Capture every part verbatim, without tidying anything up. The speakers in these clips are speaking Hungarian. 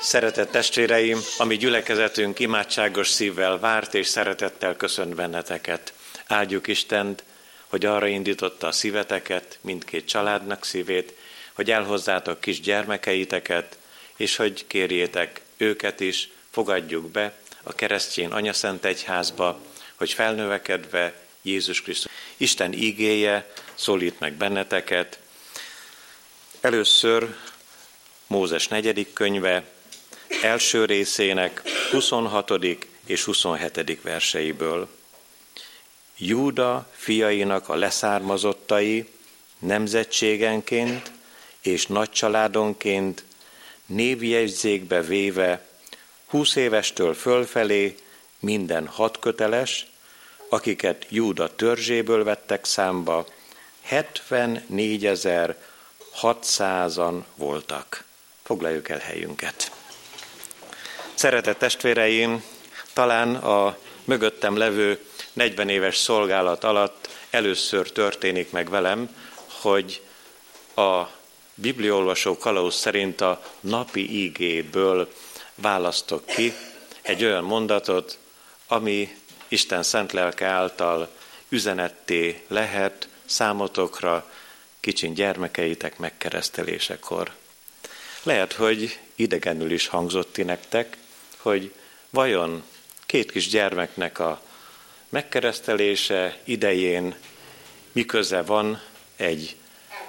Szeretett testvéreim, a mi gyülekezetünk imádságos szívvel várt és szeretettel köszönt benneteket. Áldjuk Istent, hogy arra indította a szíveteket, mindkét családnak szívét, hogy elhozzátok kis gyermekeiteket, és hogy kérjétek őket is, fogadjuk be a keresztény anyaszent egyházba, hogy felnövekedve Jézus Krisztus. Isten ígéje szólít meg benneteket. Először Mózes negyedik könyve, első részének huszonhatodik és huszonhetedik verseiből. Júda fiainak a leszármazottai nemzetségenként és nagycsaládonként névjegyzékbe véve húsz évestől fölfelé minden hatköteles, akiket Júda törzséből vettek számba, hetvennégyezer-hatszázan voltak. Foglaljuk el helyünket. Szeretett testvéreim, talán a mögöttem levő negyven éves szolgálat alatt először történik meg velem, hogy a bibliaolvasó kalauz szerint a napi ígéből választok ki egy olyan mondatot, ami Isten szent lelke által üzenetté lehet számotokra, kicsin gyermekeitek megkeresztelésekor. Lehet, hogy idegenül is hangzott ti nektek, hogy vajon két kis gyermeknek a megkeresztelése idején mi köze van egy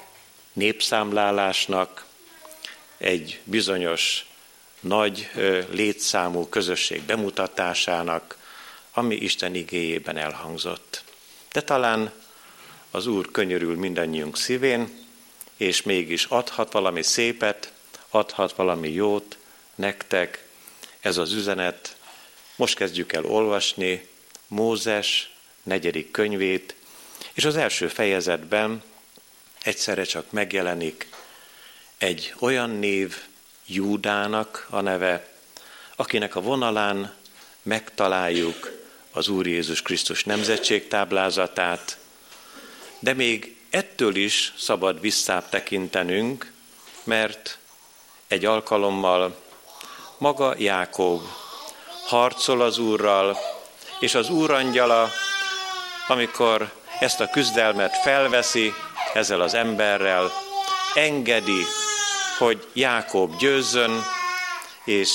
népszámlálásnak, egy bizonyos nagy létszámú közösség bemutatásának, ami Isten igéjében elhangzott. De talán az Úr könyörül mindannyiunk szívén, és mégis adhat valami szépet, adhat valami jót nektek. Ez az üzenet. Most kezdjük el olvasni Mózes negyedik könyvét, és az első fejezetben egyszerre csak megjelenik egy olyan név, Júdának a neve, akinek a vonalán megtaláljuk az Úr Jézus Krisztus nemzetségtáblázatát, de még ettől is szabad visszább tekintenünk, mert egy alkalommal maga Jákob harcol az Úrral, és az Úr angyala, amikor ezt a küzdelmet felveszi ezzel az emberrel, engedi, hogy Jákob győzzön, és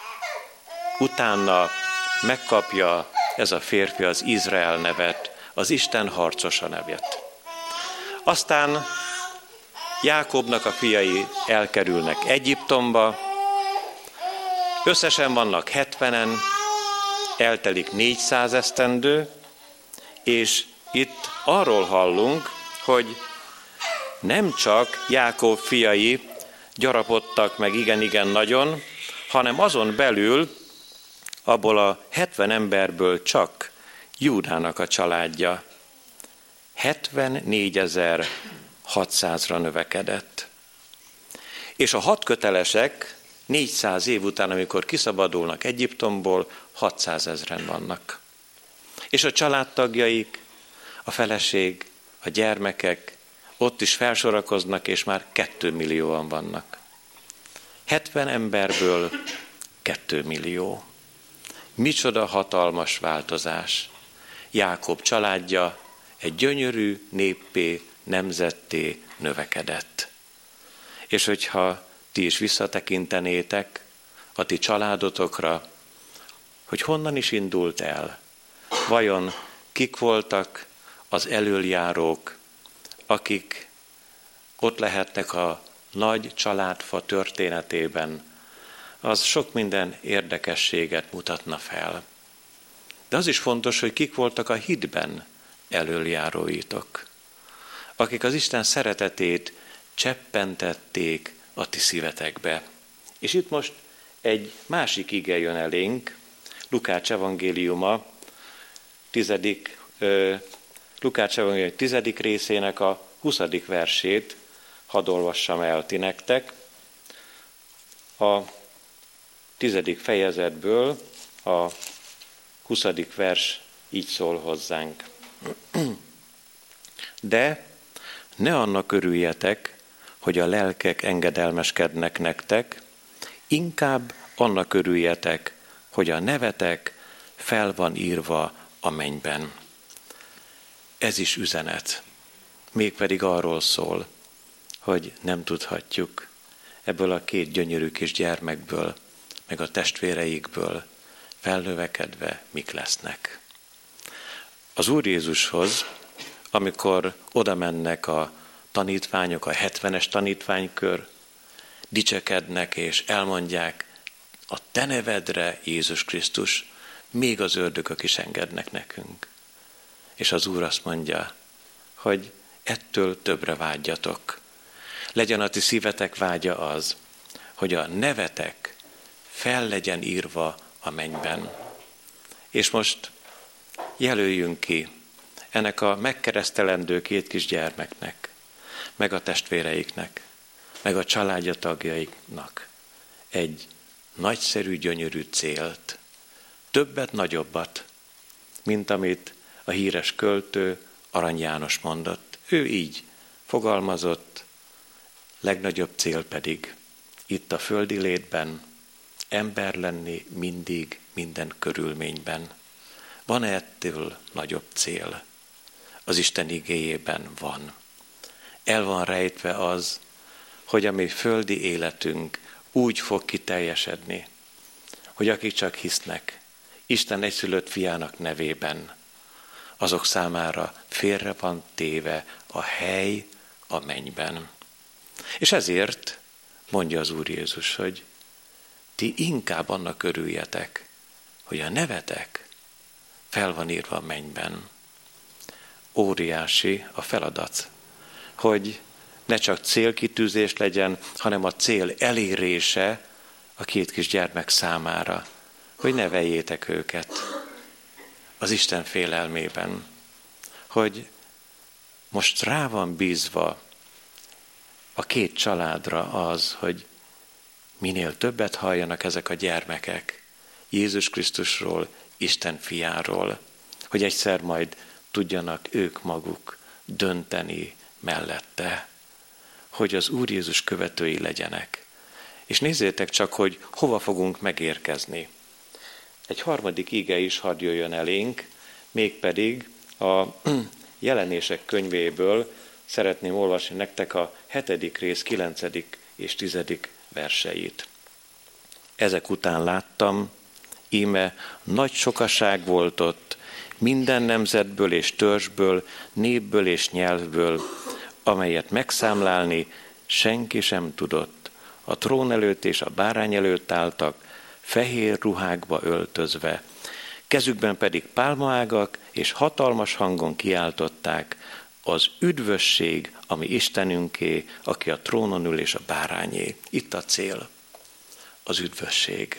utána megkapja ez a férfi az Izrael nevet, az Isten harcosa nevet. Aztán Jákobnak a fiai elkerülnek Egyiptomba, összesen vannak hetvenen, eltelik négyszáz esztendő, és itt arról hallunk, hogy nem csak Jákob fiai gyarapodtak meg igen-igen nagyon, hanem azon belül, abból a hetven emberből csak Júdának a családja hetvennégyezer-hatszázra növekedett. És a hatkötelesek négyszáz év után, amikor kiszabadulnak Egyiptomból, hatszázezren vannak. És a családtagjaik, a feleség, a gyermekek ott is felsorakoznak, és már kettő millióan vannak. hetven emberből kettő millió. Micsoda hatalmas változás. Jákob családja egy gyönyörű néppé, nemzetté növekedett. És hogyha ti is visszatekintenétek a ti családotokra, hogy honnan is indult el, vajon kik voltak az elöljárók, akik ott lehetnek a nagy családfa történetében, az sok minden érdekességet mutatna fel. De az is fontos, hogy kik voltak a hitben elöljáróitok, akik az Isten szeretetét cseppentették a ti szívetekbe. És itt most egy másik ige jön elénk, Lukács evangéliuma, tizedik, uh, Lukács evangéliuma tizedik részének a huszadik versét hadd olvassam el ti nektek. A tizedik fejezetből a huszadik vers így szól hozzánk. De ne annak örüljetek, hogy a lelkek engedelmeskednek nektek, inkább annak örüljetek, hogy a nevetek fel van írva a mennyben. Ez is üzenet. Mégpedig arról szól, hogy nem tudhatjuk ebből a két gyönyörű kis gyermekből, meg a testvéreikből felnövekedve mik lesznek. Az Úr Jézushoz, amikor oda mennek a tanítványok, a hetvenes tanítványkör, dicsekednek és elmondják, a te nevedre, Jézus Krisztus, még az ördögök is engednek nekünk. És az Úr azt mondja, hogy ettől többre vágyjatok. Legyen a ti szívetek vágya az, hogy a nevetek fel legyen írva a mennyben. És most jelöljünk ki ennek a megkeresztelendő két kis gyermeknek, meg a testvéreiknek, meg a családja tagjaiknak egy nagyszerű, gyönyörű célt, többet, nagyobbat, mint amit a híres költő Arany János mondott. Ő így fogalmazott, legnagyobb cél pedig itt a földi létben ember lenni mindig, minden körülményben. Van-e ettől nagyobb cél? Az Isten igéjében van. El van rejtve az, hogy a mi földi életünk úgy fog kiteljesedni, hogy akik csak hisznek Isten egyszülött fiának nevében, azok számára félre van téve a hely a mennyben. És ezért mondja az Úr Jézus, hogy ti inkább annak örüljetek, hogy a nevetek fel van írva a mennyben. Óriási a feladat, hogy ne csak célkitűzés legyen, hanem a cél elérése a két kis gyermek számára, hogy neveljétek őket az Isten félelmében, hogy most rá van bízva a két családra az, hogy minél többet halljanak ezek a gyermekek Jézus Krisztusról, Isten fiáról, hogy egyszer majd tudjanak ők maguk dönteni mellette, hogy az Úr Jézus követői legyenek. És nézzétek csak, hogy hova fogunk megérkezni. Egy harmadik ige is hadd jöjjön elénk, mégpedig a Jelenések könyvéből szeretném olvasni nektek a hetedik rész kilencedik és tizedik verseit. Ezek után láttam, íme nagy sokaság volt ott, minden nemzetből és törzsből, népből és nyelvből, amelyet megszámlálni senki sem tudott. A trón előtt és a bárány előtt álltak, fehér ruhákba öltözve. Kezükben pedig pálmaágak, és hatalmas hangon kiáltották, az üdvösség, ami Istenünké, aki a trónon ül és a bárányé. Itt a cél, az üdvösség.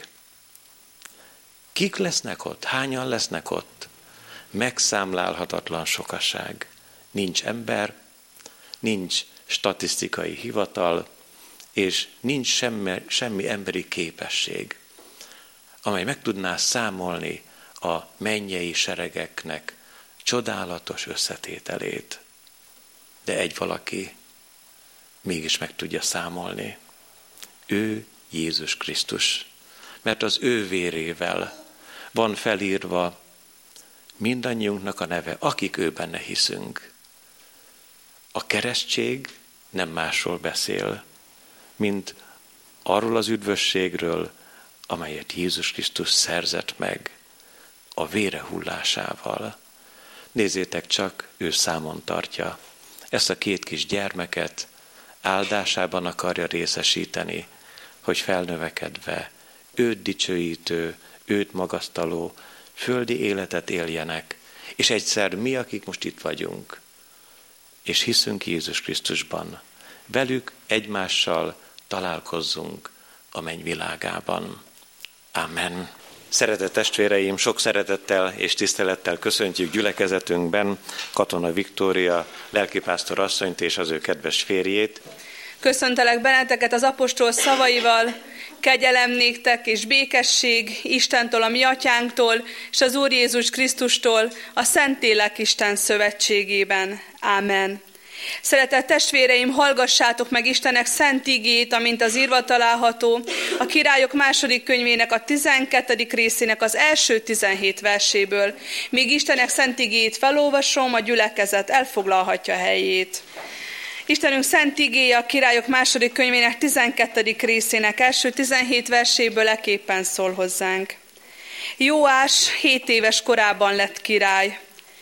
Kik lesznek ott? Hányan lesznek ott? Megszámlálhatatlan sokaság. Nincs ember, nincs statisztikai hivatal, és nincs semmi, semmi emberi képesség, amely meg tudná számolni a mennyei seregeknek csodálatos összetételét. De egy valaki mégis meg tudja számolni. Ő Jézus Krisztus, mert az ő vérével van felírva mindannyiunknak a neve, akik ő benne hiszünk. A keresztség nem másról beszél, mint arról az üdvösségről, amelyet Jézus Krisztus szerzett meg a vére hullásával. Nézzétek csak, ő számon tartja. Ezt a két kis gyermeket áldásában akarja részesíteni, hogy felnövekedve őt dicsőítő, őt magasztaló, földi életet éljenek, és egyszer mi, akik most itt vagyunk, és hiszünk Jézus Krisztusban, velük egymással találkozzunk a mennyvilágában. Amen. Szeretett testvéreim, sok szeretettel és tisztelettel köszöntjük gyülekezetünkben Katona Viktória lelkipásztor asszonyt és az ő kedves férjét. Köszöntelek benneteket az apostol szavaival, kegyelem néktek és békesség Istentől, a mi atyánktól, és az Úr Jézus Krisztustól, a Szentlélek Isten szövetségében. Ámen. Szeretett testvéreim, hallgassátok meg Istennek szent igét, amint az írva található a Királyok második könyvének a tizenkettedik részének az első tizenhét verséből. Míg Istennek szent igét felolvasom, a gyülekezet elfoglalhatja helyét. Istenünk szent igéje a Királyok második könyvének tizenkettedik részének első tizenhét verséből eképpen szól hozzánk. Jóás hét éves korában lett király.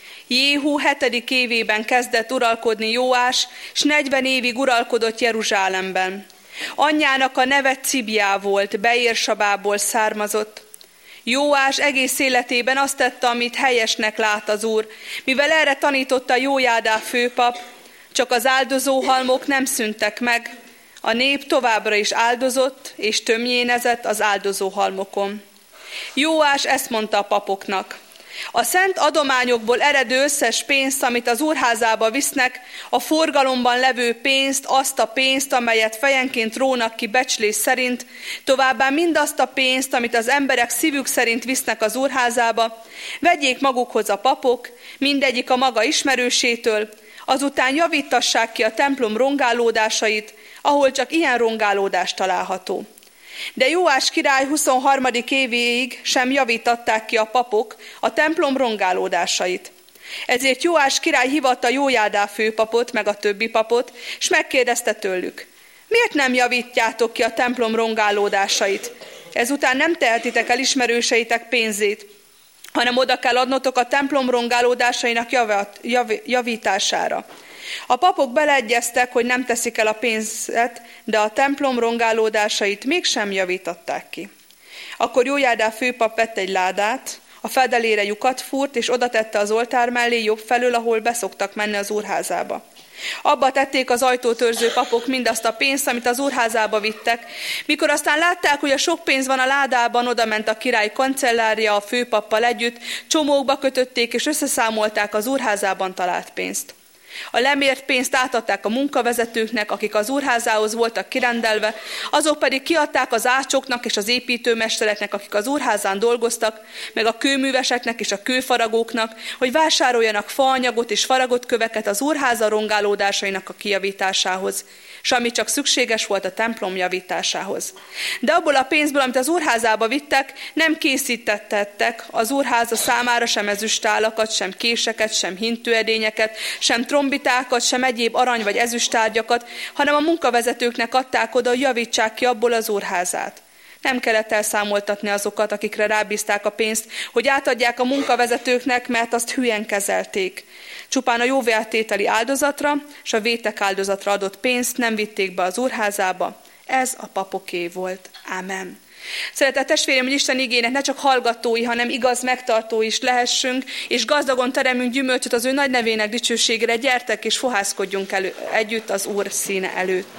Jéhú hetedik évében kezdett uralkodni Jóás, s negyven évig uralkodott Jeruzsálemben. Anyjának a neve Cibjá volt, Beérsabából származott. Jóás egész életében azt tette, amit helyesnek lát az Úr, mivel erre tanította Jójádá főpap, csak az áldozóhalmok nem szűntek meg, a nép továbbra is áldozott és tömjénezett az áldozóhalmokon. Jóás ezt mondta a papoknak: a szent adományokból eredő összes pénzt, amit az úrházába visznek, a forgalomban levő pénzt, azt a pénzt, amelyet fejenként rónak ki becslés szerint, továbbá mindazt a pénzt, amit az emberek szívük szerint visznek az úrházába, vegyék magukhoz a papok, mindegyik a maga ismerősétől, azután javítassák ki a templom rongálódásait, ahol csak ilyen rongálódás található. De Jóás király huszonharmadik évéig sem javítatták ki a papok a templom rongálódásait. Ezért Jóás király hívatta Jójádá főpapot, meg a többi papot, és megkérdezte tőlük: miért nem javítjátok ki a templom rongálódásait? Ezután nem tehetitek el ismerőseitek pénzét, hanem oda kell adnotok a templom rongálódásainak javat, jav, javítására. A papok beleegyeztek, hogy nem teszik el a pénzet, de a templom rongálódásait mégsem javították ki. Akkor Jójádá főpap vett egy ládát, a fedelére lyukat fúrt, és oda tette az oltár mellé jobb felől, ahol beszoktak menni az úrházába. Abba tették az ajtótörző papok mindazt a pénzt, amit az úrházába vittek. Mikor aztán látták, hogy a sok pénz van a ládában, oda ment a király kancellárja a főpappal együtt, csomókba kötötték és összeszámolták az úrházában talált pénzt. A lemért pénzt átadták a munkavezetőknek, akik az úrházához voltak kirendelve, azok pedig kiadták az ácsoknak és az építőmestereknek, akik az úrházán dolgoztak, meg a kőműveseknek és a kőfaragóknak, hogy vásároljanak faanyagot és faragott köveket az úrháza rongálódásainak a kijavításához, s ami csak szükséges volt a templom javításához. De abból a pénzből, amit az úrházába vittek, nem készítettek az úrháza számára sem ezüstálakat, sem késeket, sem hintőedényeket, sem trombitákat, sem egyéb arany vagy ezüsttárgyakat, hanem a munkavezetőknek adták oda, hogy javítsák ki abból az úrházát. Nem kellett elszámoltatni azokat, akikre rábízták a pénzt, hogy átadják a munkavezetőknek, mert azt hülyen kezelték. Csupán a jóvételtételi áldozatra és a vétek áldozatra adott pénzt nem vitték be az úrházába. Ez a papoké volt. Ámen. Szeretett testvérem, hogy Isten igének ne csak hallgatói, hanem igaz megtartói is lehessünk, és gazdagon teremünk gyümölcsöt az ő nagy nevének dicsőségére. Gyertek és fohászkodjunk elő, együtt az Úr színe előtt.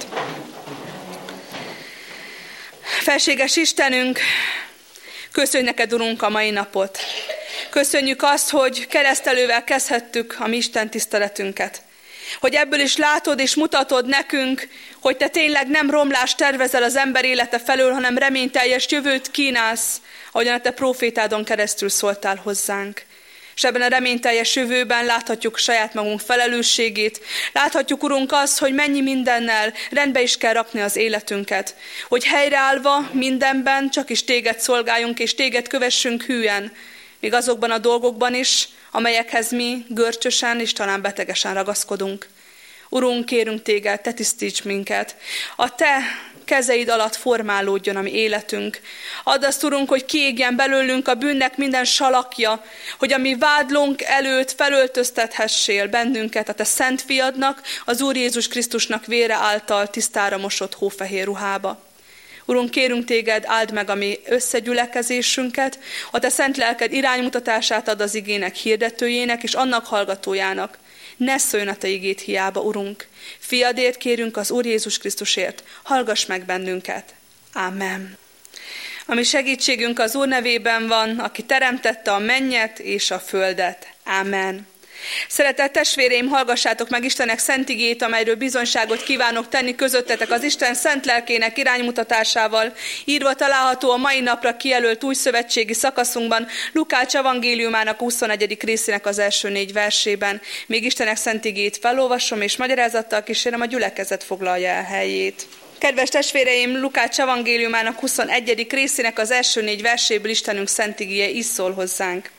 Felséges Istenünk, köszönjük neked, Urunk, a mai napot. Köszönjük azt, hogy keresztelővel kezdhettük a mi Isten tiszteletünket. Hogy ebből is látod és mutatod nekünk, hogy te tényleg nem romlást tervezel az ember élete felől, hanem reményteljes jövőt kínálsz, ahogyan a te profétádon keresztül szóltál hozzánk. És ebben a reményteljes jövőben láthatjuk saját magunk felelősségét, láthatjuk, Urunk, azt, hogy mennyi mindennel rendbe is kell rakni az életünket, hogy helyreállva mindenben csak is téged szolgáljunk és téged kövessünk hűen, még azokban a dolgokban is, amelyekhez mi görcsösen és talán betegesen ragaszkodunk. Urunk, kérünk téged, te tisztíts minket. A te kezeid alatt formálódjon a mi életünk. Add azt, Urunk, hogy kiégjen belőlünk a bűnnek minden salakja, hogy a mi vádlónk előtt felöltöztethessél bennünket a te szent fiadnak, az Úr Jézus Krisztusnak vére által tisztára mosott hófehér ruhába. Urunk, kérünk téged, áld meg a mi összegyülekezésünket, a te szent lelked iránymutatását ad az igének hirdetőjének és annak hallgatójának. Ne szóljon a te igét hiába, Urunk. Fiadért kérünk az Úr Jézus Krisztusért, hallgass meg bennünket. Ámen. A mi segítségünk az Úr nevében van, aki teremtette a mennyet és a földet. Ámen. Szeretett testvéreim, hallgassátok meg Istennek szent igéjét, amelyről bizonyságot kívánok tenni közöttetek az Isten szent lelkének iránymutatásával. Írva található a mai napra kijelölt újszövetségi szakaszunkban, Lukács evangéliumának huszonegyedik részének az első négy versében. Még Istennek szent igéjét felolvasom, és magyarázattal kísérem, a gyülekezet foglalja el helyét. Kedves testvéreim, Lukács evangéliumának huszonegyedik részének az első négy verséből Istenünk szent igéje így szól hozzánk.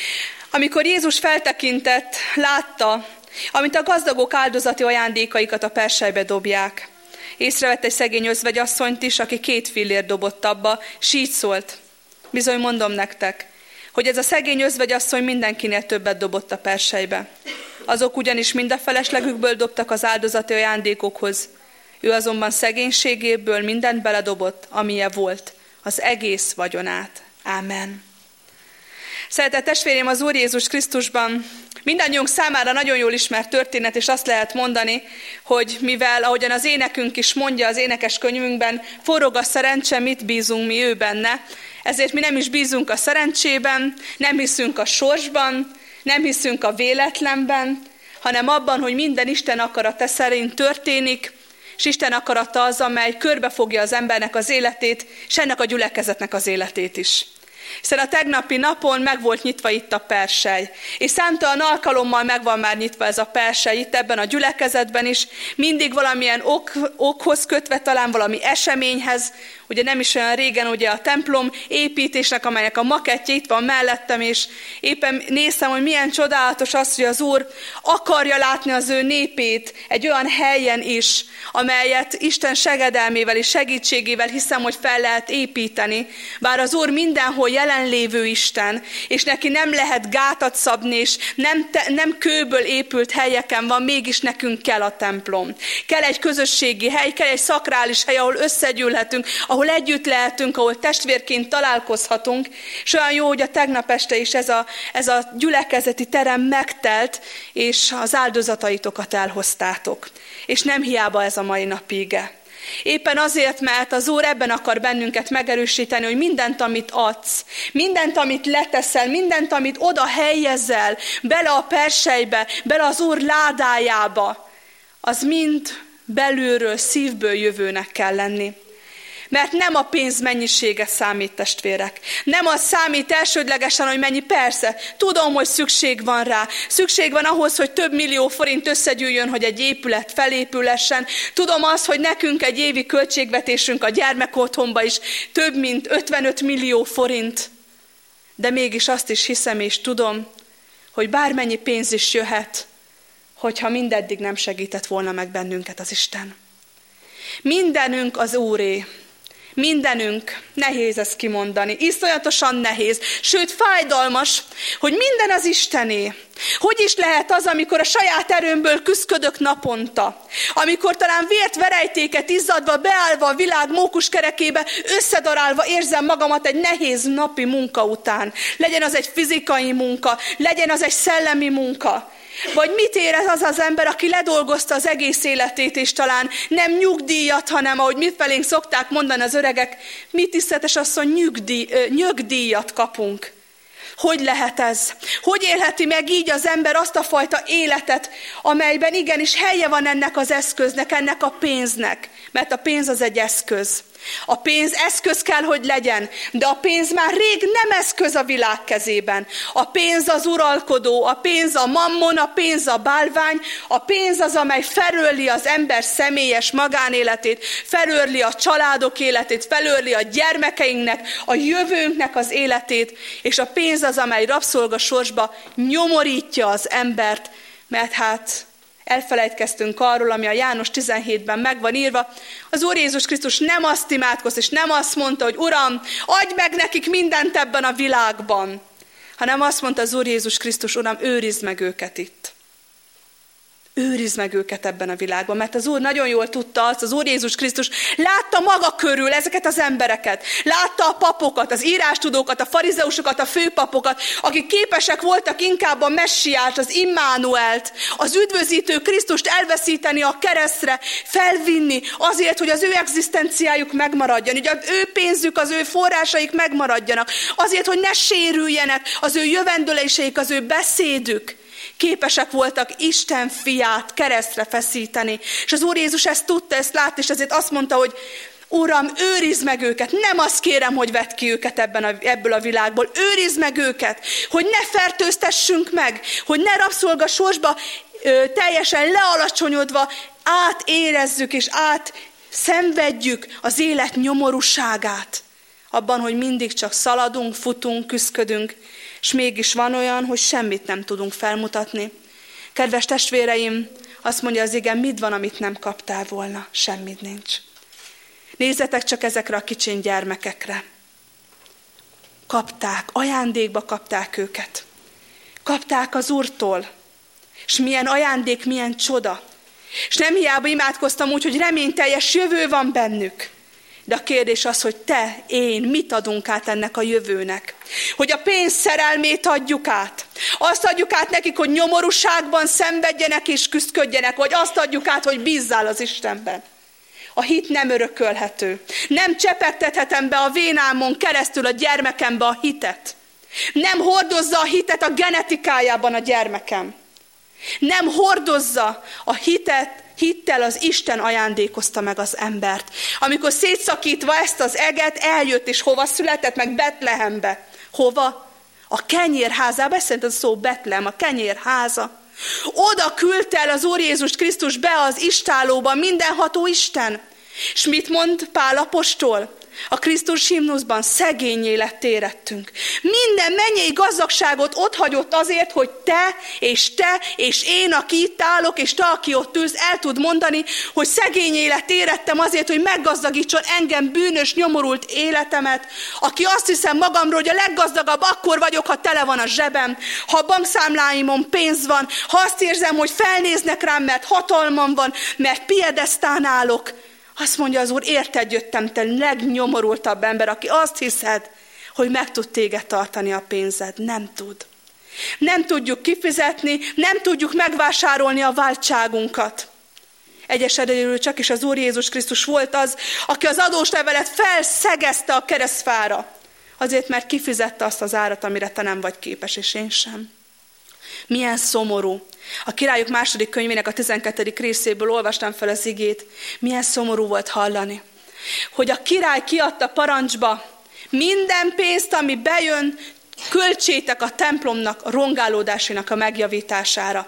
Amikor Jézus feltekintett, látta, amint a gazdagok áldozati ajándékaikat a perselybe dobják. Észrevett egy szegény özvegyasszonyt is, aki két fillért dobott abba, s így szólt: bizony mondom nektek, hogy ez a szegény özvegyasszony mindenkinél többet dobott a perselybe. Azok ugyanis mind a feleslegükből dobtak az áldozati ajándékokhoz. Ő azonban szegénységéből mindent beledobott, amilyen volt, az egész vagyonát. Ámen. Szeretett testvérem, az Úr Jézus Krisztusban mindannyiunk számára nagyon jól ismert történet, és azt lehet mondani, hogy mivel, ahogyan az énekünk is mondja az énekes könyvünkben, forog a szerencse, mit bízunk mi ő benne, ezért mi nem is bízunk a szerencsében, nem hiszünk a sorsban, nem hiszünk a véletlenben, hanem abban, hogy minden Isten akarata szerint történik, és Isten akarata az, amely körbefogja az embernek az életét, és ennek a gyülekezetnek az életét is. Hiszen a tegnapi napon meg volt nyitva itt a persely, és számtalan alkalommal meg van már nyitva ez a persely itt ebben a gyülekezetben is, mindig valamilyen ok, okhoz kötve, talán valami eseményhez. Ugye nem is olyan régen ugye a templom építésnek, amelynek a makettje itt van mellettem, és éppen néztem, hogy milyen csodálatos az, hogy az Úr akarja látni az ő népét egy olyan helyen is, amelyet Isten segedelmével és segítségével hiszem, hogy fel lehet építeni. Bár az Úr mindenhol jelenlévő Isten, és neki nem lehet gátat szabni, és nem, te, nem kőből épült helyeken van, mégis nekünk kell a templom. Kell egy közösségi hely, kell egy szakrális hely, ahol összegyűlhetünk, ahol együtt lehetünk, ahol testvérként találkozhatunk, és olyan jó, hogy a tegnap este is ez a, ez a gyülekezeti terem megtelt, és az áldozataitokat elhoztátok. És nem hiába ez a mai nap ige. Éppen azért, mert az Úr ebben akar bennünket megerősíteni, hogy mindent, amit adsz, mindent, amit leteszel, mindent, amit oda helyezel, bele a perselybe, bele az Úr ládájába, az mind belülről, szívből jövőnek kell lenni. Mert nem a pénz mennyisége számít, testvérek. Nem az számít elsődlegesen, hogy mennyi, persze. Tudom, hogy szükség van rá. Szükség van ahhoz, hogy több millió forint összegyűjjön, hogy egy épület felépülessen. Tudom azt, hogy nekünk egy évi költségvetésünk a gyermekotthonba is több mint ötvenöt millió forint. De mégis azt is hiszem és tudom, hogy bármennyi pénz is jöhet, hogyha mindeddig nem segített volna meg bennünket az Isten. Mindenünk az Úré. Mindenünk, nehéz ezt kimondani, iszonyatosan nehéz, sőt fájdalmas, hogy minden az Istené. Hogy is lehet az, amikor a saját erőmből küszködök naponta, amikor talán vért verejtéket izzadva, beállva a világ mókuskerekébe, összedarálva érzem magamat egy nehéz napi munka után. Legyen az egy fizikai munka, legyen az egy szellemi munka. Vagy mit érez az az ember, aki ledolgozta az egész életét, és talán nem nyugdíjat, hanem, ahogy mi felénk szokták mondani az öregek, mi tiszteletes asszony, nyugdíj, nyugdíjat kapunk. Hogy lehet ez? Hogy élheti meg így az ember azt a fajta életet, amelyben igenis helye van ennek az eszköznek, ennek a pénznek? Mert a pénz az egy eszköz. A pénz eszköz kell, hogy legyen, de a pénz már rég nem eszköz a világ kezében. A pénz az uralkodó, a pénz a mammon, a pénz a bálvány, a pénz az, amely felőrli az ember személyes magánéletét, felőrli a családok életét, felőrli a gyermekeinknek, a jövőnknek az életét, és a pénz az, amely rabszolgasorsba nyomorítja az embert, mert hát elfelejtkeztünk arról, ami a János tizenhétben meg van írva. Az Úr Jézus Krisztus nem azt imádkozott, és nem azt mondta, hogy Uram, adj meg nekik mindent ebben a világban, hanem azt mondta az Úr Jézus Krisztus, Uram, őrizd meg őket itt. Őrizd meg őket ebben a világban, mert az Úr nagyon jól tudta azt, az Úr Jézus Krisztus látta maga körül ezeket az embereket, látta a papokat, az írástudókat, a farizeusokat, a főpapokat, akik képesek voltak inkább a messiást, az Immanuelt, az üdvözítő Krisztust elveszíteni a keresztre, felvinni azért, hogy az ő egzisztenciájuk megmaradjon, hogy az ő pénzük, az ő forrásaik megmaradjanak, azért, hogy ne sérüljenek az ő jövendőléseik, az ő beszédük. képesek voltak Isten fiát keresztre feszíteni. És az Úr Jézus ezt tudta, ezt látta, és ezért azt mondta, hogy Uram, őrizd meg őket, nem azt kérem, hogy vedd ki őket ebben a, ebből a világból, őrizd meg őket, hogy ne fertőztessünk meg, hogy ne rabszolgasorsba ö, teljesen lealacsonyodva átérezzük és átszenvedjük az élet nyomorúságát. Abban, hogy mindig csak szaladunk, futunk, küszködünk, és mégis van olyan, hogy semmit nem tudunk felmutatni. Kedves testvéreim, azt mondja az ige, mit van, amit nem kaptál volna? Semmit nincs. Nézzetek csak ezekre a kicsiny gyermekekre. Kapták, ajándékba kapták őket. Kapták az Úrtól. És milyen ajándék, milyen csoda. És nem hiába imádkoztam úgy, hogy reményteljes jövő van bennük. De a kérdés az, hogy te, én mit adunk át ennek a jövőnek. Hogy a pénz szerelmét adjuk át. Azt adjuk át nekik, hogy nyomorúságban szenvedjenek és küszködjenek, vagy azt adjuk át, hogy bízzál az Istenben. A hit nem örökölhető. Nem csepegtethetem be a vénámon keresztül a gyermekembe a hitet. Nem hordozza a hitet a genetikájában a gyermekem. Nem hordozza a hitet, hittel az Isten ajándékozta meg az embert. Amikor szétszakítva ezt az eget, eljött és hova született? Meg Betlehembe. Hova? A kenyérházába, ezt szerint az szó Betlehem, a kenyérháza. Oda küldte el az Úr Jézus Krisztus be az istállóba, mindenható Isten. És mit mond Pál apostol? A Krisztus himnuszban szegényé lett érettünk. Minden mennyei gazdagságot otthagyott azért, hogy te és te és én, aki itt állok, és te, aki ott ülsz, el tud mondani, hogy szegényé lett érettem azért, hogy meggazdagítson engem bűnös, nyomorult életemet, aki azt hiszem magamról, hogy a leggazdagabb akkor vagyok, ha tele van a zsebem, ha a bankszámláimon pénz van, ha azt érzem, hogy felnéznek rám, mert hatalmam van, mert piedesztán állok. Azt mondja az Úr, érted jöttem, te legnyomorultabb ember, aki azt hiszed, hogy meg tud téged tartani a pénzed. Nem tud. Nem tudjuk kifizetni, nem tudjuk megvásárolni a váltságunkat. Egyes eredetül csak is az Úr Jézus Krisztus volt az, aki az adóslevelet felszegezte a keresztfára. Azért, mert kifizette azt az árat, amire te nem vagy képes, és én sem. Milyen szomorú. A Királyok második könyvének a tizenkettedik részéből olvastam fel az igét. Milyen szomorú volt hallani, hogy a király kiadta parancsba minden pénzt, ami bejön, költsétek a templomnak, a rongálódásának a megjavítására.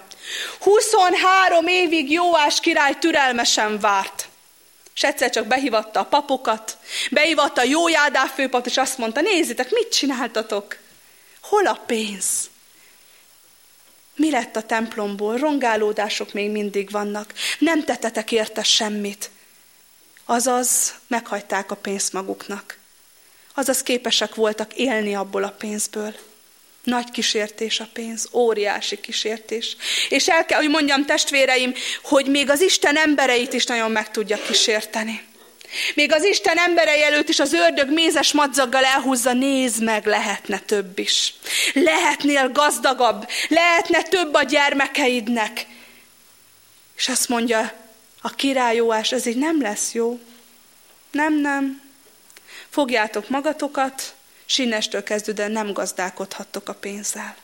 huszonhárom évig Jóás király türelmesen várt. És egyszer csak behívatta a papokat, behívatta a Jójádá főpapot, és azt mondta, nézzétek, mit csináltatok? Hol a pénz? Mi lett a templomból? Rongálódások még mindig vannak. Nem tettetek érte semmit. Azaz meghagyták a pénzt maguknak. Azaz képesek voltak élni abból a pénzből. Nagy kísértés a pénz, óriási kísértés. És el kell, hogy mondjam testvéreim, hogy még az Isten embereit is nagyon meg tudja kísérteni. Még az Isten emberei előtt is az ördög mézes madzaggal elhúzza, nézd meg, lehetne több is. Lehetnél gazdagabb, lehetne több a gyermekeidnek. És azt mondja a király Jóás, ez így nem lesz jó. Nem, nem. Fogjátok magatokat, s innestől kezdődően nem gazdálkodhattok a pénzzel.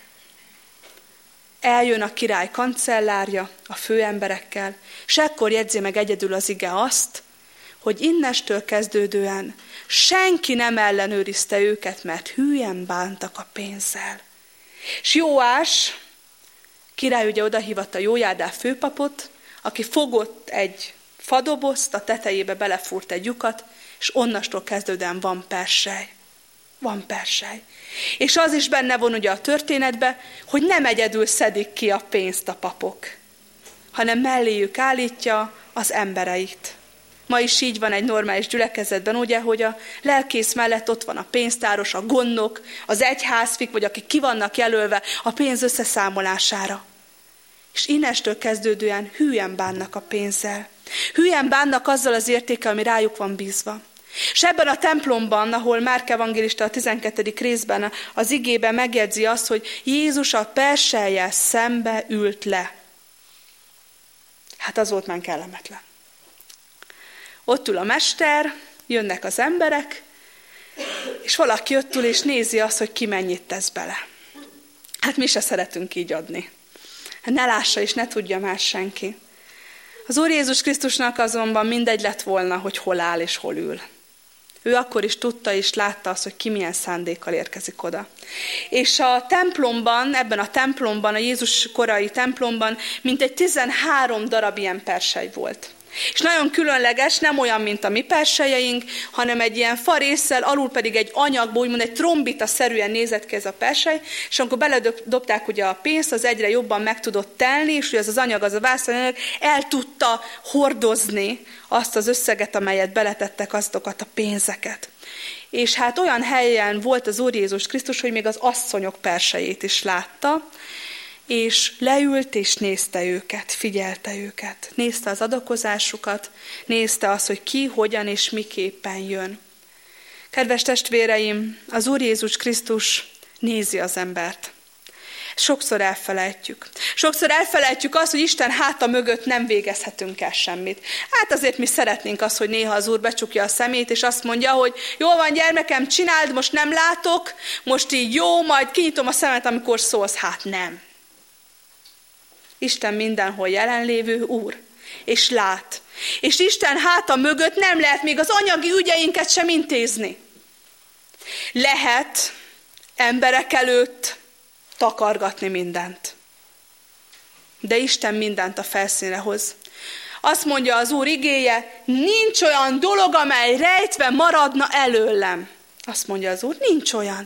Eljön a király kancellárja a főemberekkel, és ekkor jegyzi meg egyedül az ige azt, hogy innestől kezdődően senki nem ellenőrizte őket, mert hülyen bántak a pénzzel. És Jóás, király ugye odahívatta Jójádá főpapot, aki fogott egy fadobozt, a tetejébe belefúrt egy lyukat, és onnastól kezdődően van persely. Van persely. És az is benne van ugye a történetbe, hogy nem egyedül szedik ki a pénzt a papok, hanem melléjük állítja az embereit. Ma is így van egy normális gyülekezetben, ugye, hogy a lelkész mellett ott van a pénztáros, a gondnok, az egyházfik, vagy akik ki vannak jelölve a pénz összeszámolására. És innestől kezdődően hülyen bánnak a pénzzel. Hülyen bánnak azzal az értékkel, ami rájuk van bízva. És ebben a templomban, ahol Márk evangélista a tizenkettedik részben az igében megjegyzi azt, hogy Jézus a perselyjel szembe ült le. Hát az volt már kellemetlen. Ott ül a mester, jönnek az emberek, és valaki ott ül és nézi azt, hogy ki mennyit tesz bele. Hát mi se szeretünk így adni. Ne lássa és ne tudja más senki. Az Úr Jézus Krisztusnak azonban mindegy lett volna, hogy hol áll és hol ül. Ő akkor is tudta és látta azt, hogy ki milyen szándékkal érkezik oda. És a templomban, ebben a templomban, a Jézus korai templomban mintegy tizenhárom darab ilyen persely volt. És nagyon különleges, nem olyan, mint a mi perselyeink, hanem egy ilyen farésszel, alul pedig egy anyagból, úgymond egy trombita-szerűen nézett ki ez a persely, és amikor beledobták ugye a pénzt, az egyre jobban meg tudott telni, és ugye az az anyag, az a vászonanyag el tudta hordozni azt az összeget, amelyet beletettek, azokat a pénzeket. És hát olyan helyen volt az Úr Jézus Krisztus, hogy még az asszonyok persejét is látta, és leült és nézte őket, figyelte őket. Nézte az adakozásukat, nézte azt, hogy ki, hogyan és miképpen jön. Kedves testvéreim, az Úr Jézus Krisztus nézi az embert. Sokszor elfelejtjük. Sokszor elfelejtjük azt, hogy Isten háta mögött nem végezhetünk el semmit. Hát azért mi szeretnénk azt, hogy néha az Úr becsukja a szemét, és azt mondja, hogy jól van gyermekem, csináld, most nem látok, most így jó, majd kinyitom a szemet, amikor szólsz. Hát nem. Isten mindenhol jelenlévő Úr, és lát. És Isten háta mögött nem lehet még az anyagi ügyeinket sem intézni. Lehet emberek előtt takargatni mindent. De Isten mindent a felszínre hoz. Azt mondja az Úr igéje, nincs olyan dolog, amely rejtve maradna előlem. Azt mondja az Úr, nincs olyan.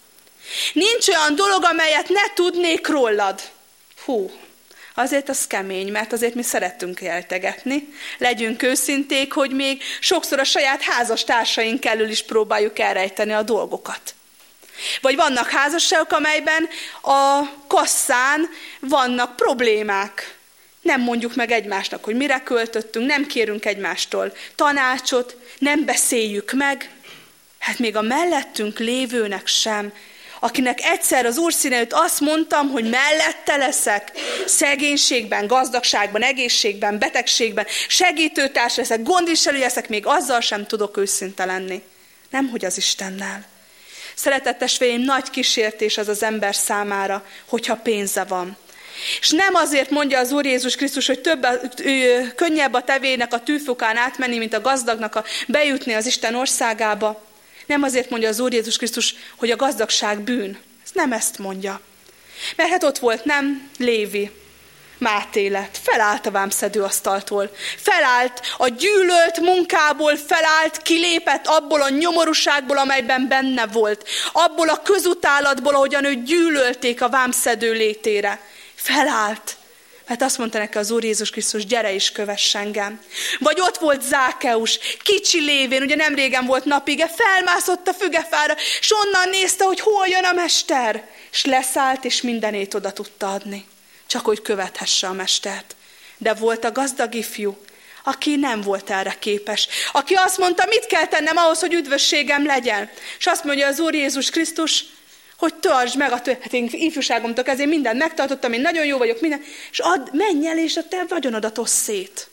Nincs olyan dolog, amelyet ne tudnék rólad. Hú, azért az kemény, mert azért mi szeretünk eltegetni. Legyünk őszinték, hogy még sokszor a saját házastársaink elől is próbáljuk elrejteni a dolgokat. Vagy vannak házasságok, amelyben a kasszán vannak problémák. Nem mondjuk meg egymásnak, hogy mire költöttünk, nem kérünk egymástól tanácsot, nem beszéljük meg. Hát még a mellettünk lévőnek sem, akinek egyszer az Úr színe előtt azt mondtam, hogy mellette leszek, szegénységben, gazdagságban, egészségben, betegségben, segítőtárs leszek, gondviselő leszek, még azzal sem tudok őszinte lenni. Nemhogy az Istennel. Szeretett testvéreim, nagy kísértés az az ember számára, hogyha pénze van. És nem azért mondja az Úr Jézus Krisztus, hogy több, ő, könnyebb a tevének a tűfokán átmenni, mint a gazdagnak a bejutni az Isten országába. Nem azért mondja az Úr Jézus Krisztus, hogy a gazdagság bűn. Ez nem ezt mondja. Mert hát ott volt, nem, Lévi, Máté lett, felállt a vámszedőasztaltól, felállt a gyűlölt munkából, felállt, kilépett abból a nyomorúságból, amelyben benne volt, abból a közutálatból, ahogyan őt gyűlölték a vámszedő létére. Felállt, mert azt mondta neki az Úr Jézus Krisztus, gyere és kövess engem. Vagy ott volt Zákeus, kicsi lévén, ugye nem régen volt napige, felmászott a fügefára, és onnan nézte, hogy hol jön a mester, és leszállt, és mindenét oda tudta adni. Csak hogy követhesse a mestert. De volt a gazdag ifjú, aki nem volt erre képes. Aki azt mondta, mit kell tennem ahhoz, hogy üdvösségem legyen. És azt mondja az Úr Jézus Krisztus, hogy tartsd meg a tő... Hát én ifjúságomtól kezdve mindent megtartottam, én nagyon jó vagyok, minden. És add, menj el, és a te vagyonodat oszd szét.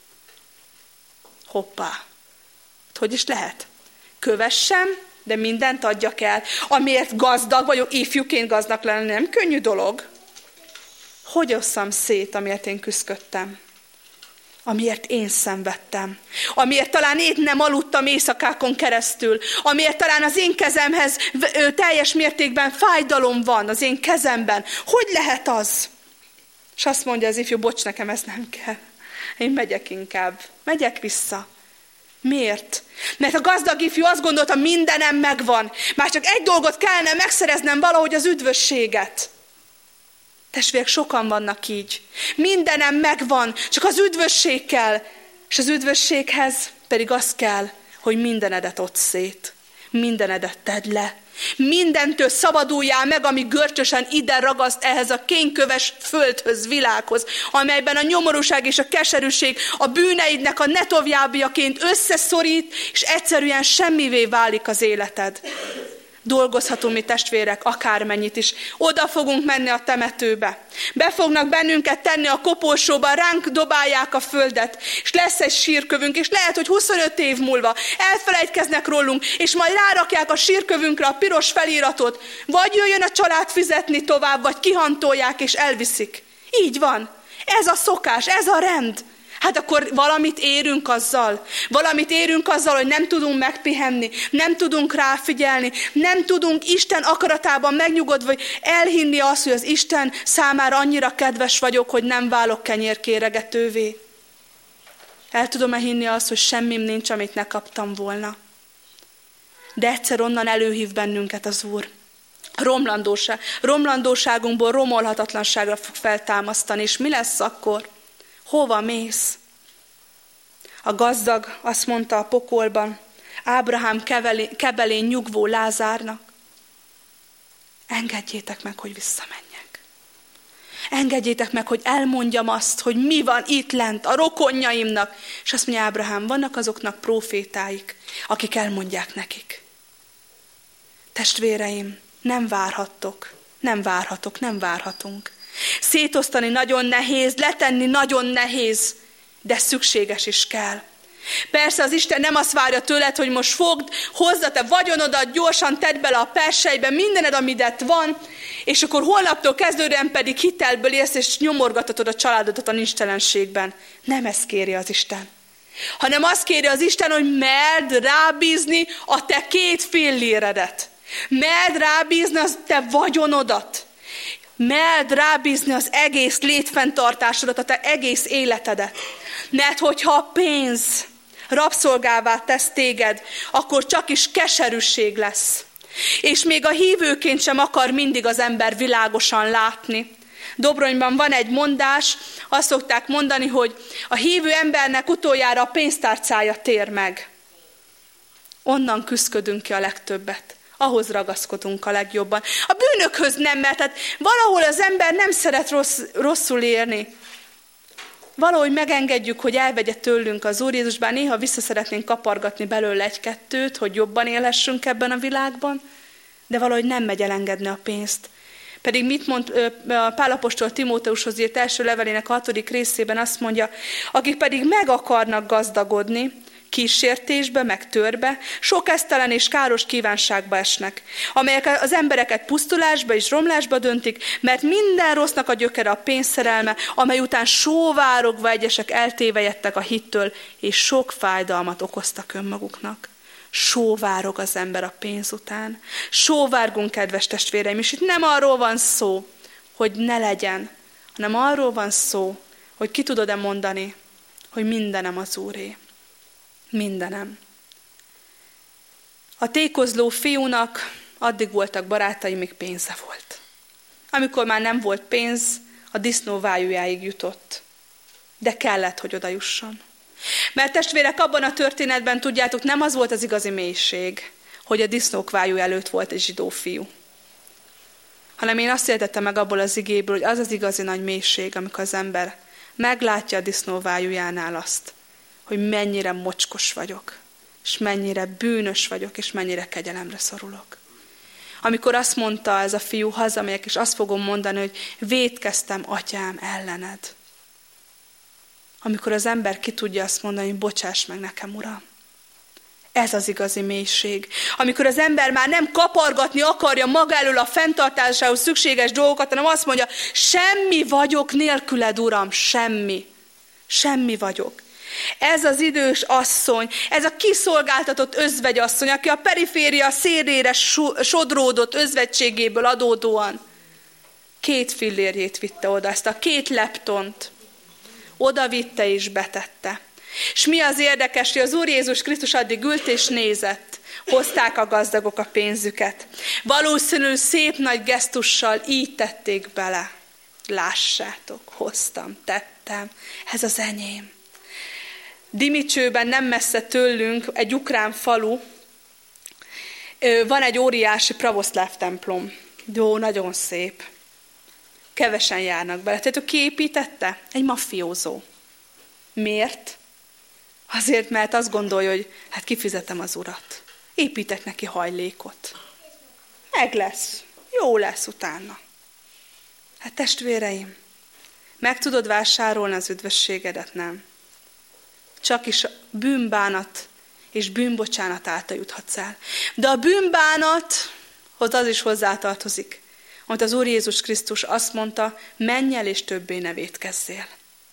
Hoppá. Hogy is lehet? Kövessem, de mindent adjak el. Amiért gazdag vagyok, ifjúként gazdag lenni, nem könnyű dolog. Hogy osszam szét, amiért én küszködtem? Amiért én szenvedtem? Amiért talán én nem aludtam éjszakákon keresztül? Amiért talán az én kezemhez teljes mértékben fájdalom van az én kezemben? Hogy lehet az? És azt mondja az ifjú, bocs, nekem ez nem kell. Én megyek inkább. Megyek vissza. Miért? Mert a gazdag ifjú azt gondolta, mindenem megvan. Már csak egy dolgot kellene megszereznem, valahogy az üdvösséget. Testvérek, sokan vannak így. Mindenem megvan, csak az üdvösség kell. És az üdvösséghez pedig az kell, hogy mindenedet odd szét. Mindenedet tedd le. Mindentől szabaduljál meg, ami görcsösen ide ragaszt ehhez a kényköves földhöz, világhoz, amelyben a nyomorúság és a keserűség a bűneidnek a netovjábbiaként összeszorít, és egyszerűen semmivé válik az életed. Dolgozhatunk mi testvérek akármennyit is. Oda fogunk menni a temetőbe. Be fognak bennünket tenni a koporsóba, ránk dobálják a földet, és lesz egy sírkövünk, és lehet, hogy huszonöt év múlva elfelejtkeznek rólunk, és majd rárakják a sírkövünkre a piros feliratot, vagy jöjjön a család fizetni tovább, vagy kihantolják és elviszik. Így van. Ez a szokás, ez a rend. Hát akkor valamit érünk azzal. Valamit érünk azzal, hogy nem tudunk megpihenni, nem tudunk ráfigyelni, nem tudunk Isten akaratában megnyugodva, vagy elhinni azt, hogy az Isten számára annyira kedves vagyok, hogy nem válok kenyérkéregetővé. El tudom-e hinni azt, hogy semmim nincs, amit ne kaptam volna. De egyszer onnan előhív bennünket az Úr. Romlandóság, romlandóságunkból romolhatatlanságra fog feltámasztani, és mi lesz akkor? Hova mész? A gazdag azt mondta a pokolban, Ábrahám kebelén nyugvó Lázárnak, engedjétek meg, hogy visszamenjek. Engedjétek meg, hogy elmondjam azt, hogy mi van itt lent a rokonjaimnak. És azt mondja Ábrahám, vannak azoknak prófétáik, akik elmondják nekik. Testvéreim, nem várhattok, nem várhatok, nem várhatunk. Szétosztani nagyon nehéz, letenni nagyon nehéz, de szükséges is kell. Persze az Isten nem azt várja tőled, hogy most fogd, hozd a te vagyonodat, gyorsan tedd bele a perselybe mindened, amidet van, és akkor holnaptól kezdődően pedig hitelből élsz, és nyomorgatod a családodat a nincstelenségben. Nem ezt kéri az Isten. Hanem azt kéri az Isten, hogy merd rábízni a te két filléredet. Merd rábízni az te vagyonodat. Merd rábízni az egész létfenntartásodat, a te egész életedet. Mert hogyha a pénz rabszolgává tesz téged, akkor csak is keserűség lesz. És még a hívőként sem akar mindig az ember világosan látni. Dobronyban van egy mondás, azt szokták mondani, hogy a hívő embernek utoljára a pénztárcája tér meg. Onnan küszködünk ki a legtöbbet. Ahhoz ragaszkodunk a legjobban. A bűnökhöz nem, mert hát valahol az ember nem szeret rossz, rosszul élni. Valahogy megengedjük, hogy elvegye tőlünk az Úr Jézus, bár néha vissza szeretnénk kapargatni belőle egy-kettőt, hogy jobban élhessünk ebben a világban, de valahogy nem megy elengedni a pénzt. Pedig mit mond Pál apostol Timóteushoz írt első levelének a hatodik részében, azt mondja, akik pedig meg akarnak gazdagodni, kísértésbe, meg törbe, sok esztelen és káros kívánságba esnek, amelyek az embereket pusztulásba és romlásba döntik, mert minden rossznak a gyökere a pénzszerelme, amely után sóvárogva egyesek eltévejedtek a hittől, és sok fájdalmat okoztak önmaguknak. Sóvárog az ember a pénz után. Sóvárgunk, kedves testvéreim, és itt nem arról van szó, hogy ne legyen, hanem arról van szó, hogy ki tudod-e mondani, hogy mindenem az Úré. Mindenem. A tékozló fiúnak addig voltak barátai, míg pénze volt. Amikor már nem volt pénz, a disznó vájújáig jutott. De kellett, hogy oda jusson. Mert testvérek, abban a történetben, tudjátok, nem az volt az igazi mélység, hogy a disznók vájú előtt volt egy zsidó fiú. Hanem én azt értettem meg abból az igéből, hogy az az igazi nagy mélység, amikor az ember meglátja a disznó vájújánál azt, hogy mennyire mocskos vagyok, és mennyire bűnös vagyok, és mennyire kegyelemre szorulok. Amikor azt mondta ez a fiú, hazamegyek, és azt fogom mondani, hogy vétkeztem, atyám, ellened. Amikor az ember ki tudja azt mondani, hogy bocsáss meg nekem, Uram. Ez az igazi mélység. Amikor az ember már nem kapargatni akarja maga elől a fenntartásához szükséges dolgokat, hanem azt mondja, semmi vagyok nélküled, Uram, semmi. Semmi vagyok. Ez az idős asszony, ez a kiszolgáltatott özvegyasszony, aki a periféria szélére sodródott özvegységéből adódóan két fillérjét vitte oda, ezt a két leptont oda vitte és betette. És mi az érdekes, hogy az Úr Jézus Krisztus addig ült és nézett, hozták a gazdagok a pénzüket. Valószínűleg szép nagy gesztussal így tették bele. Lássátok, hoztam, tettem, ez az enyém. Dimicsőben, nem messze tőlünk, egy ukrán falu, van egy óriási pravoszláv templom. Jó, nagyon szép. Kevesen járnak bele. Tehát ő ki építette? Egy maffiózó. Miért? Azért, mert azt gondolja, hogy hát kifizetem az urat. Építek neki hajlékot. Meg lesz. Jó lesz utána. Hát testvéreim, meg tudod vásárolni az üdvösségedet, nem? Csak is bűnbánat és bűnbocsánat által juthatsz el. De a bűnbánathoz az is hozzátartozik, amit az Úr Jézus Krisztus azt mondta, menj el és többé ne vétkezzél.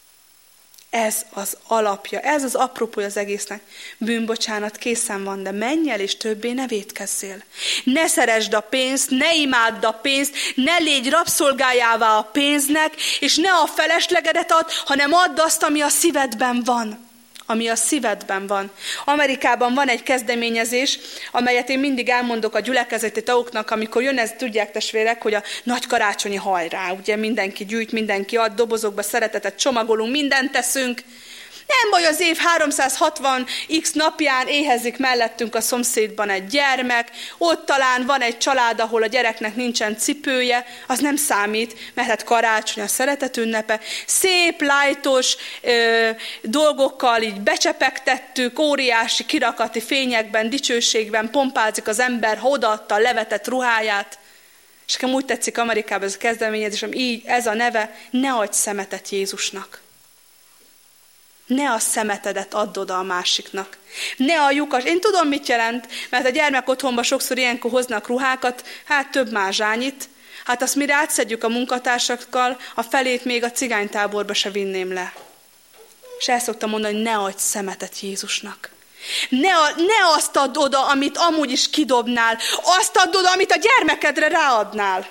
Ez az alapja, ez az apropója az egésznek. Bűnbocsánat készen van, de menj el és többé ne vétkezzél. Ne szeresd a pénzt, ne imádd a pénzt, ne légy rabszolgájává a pénznek, és ne a feleslegedet add, hanem add azt, ami a szívedben van. Ami a szívedben van. Amerikában van egy kezdeményezés, amelyet én mindig elmondok a gyülekezeti tagoknak, amikor jön ez, tudják testvérek, hogy a nagy karácsonyi hajrá, ugye mindenki gyűjt, mindenki ad, dobozokba szeretetet csomagolunk, mindent teszünk. Nem baj, az év háromszázhatvan x napján éhezik mellettünk a szomszédban egy gyermek, ott talán van egy család, ahol a gyereknek nincsen cipője, az nem számít, mert hát karácsony a szeretet ünnepe. Szép, lájtos ö, dolgokkal így becsepegtettük, óriási kirakati fényekben, dicsőségben pompázik az ember, ha odaadta a levetett ruháját. És nekem úgy tetszik Amerikában ez a kezdeményezés, ami így, ez a neve, ne adj szemetet Jézusnak. Ne a szemetedet add oda a másiknak. Ne a lyukas. Én tudom, mit jelent, mert a gyermek otthonban sokszor ilyenkor hoznak ruhákat, hát több mázsányit. Hát azt mire átszedjük a munkatársakkal, a felét még a cigánytáborba se vinném le. És el szoktam mondani, hogy ne adj szemetet Jézusnak. Ne, a, ne azt add oda, amit amúgy is kidobnál. Azt add oda, amit a gyermekedre ráadnál.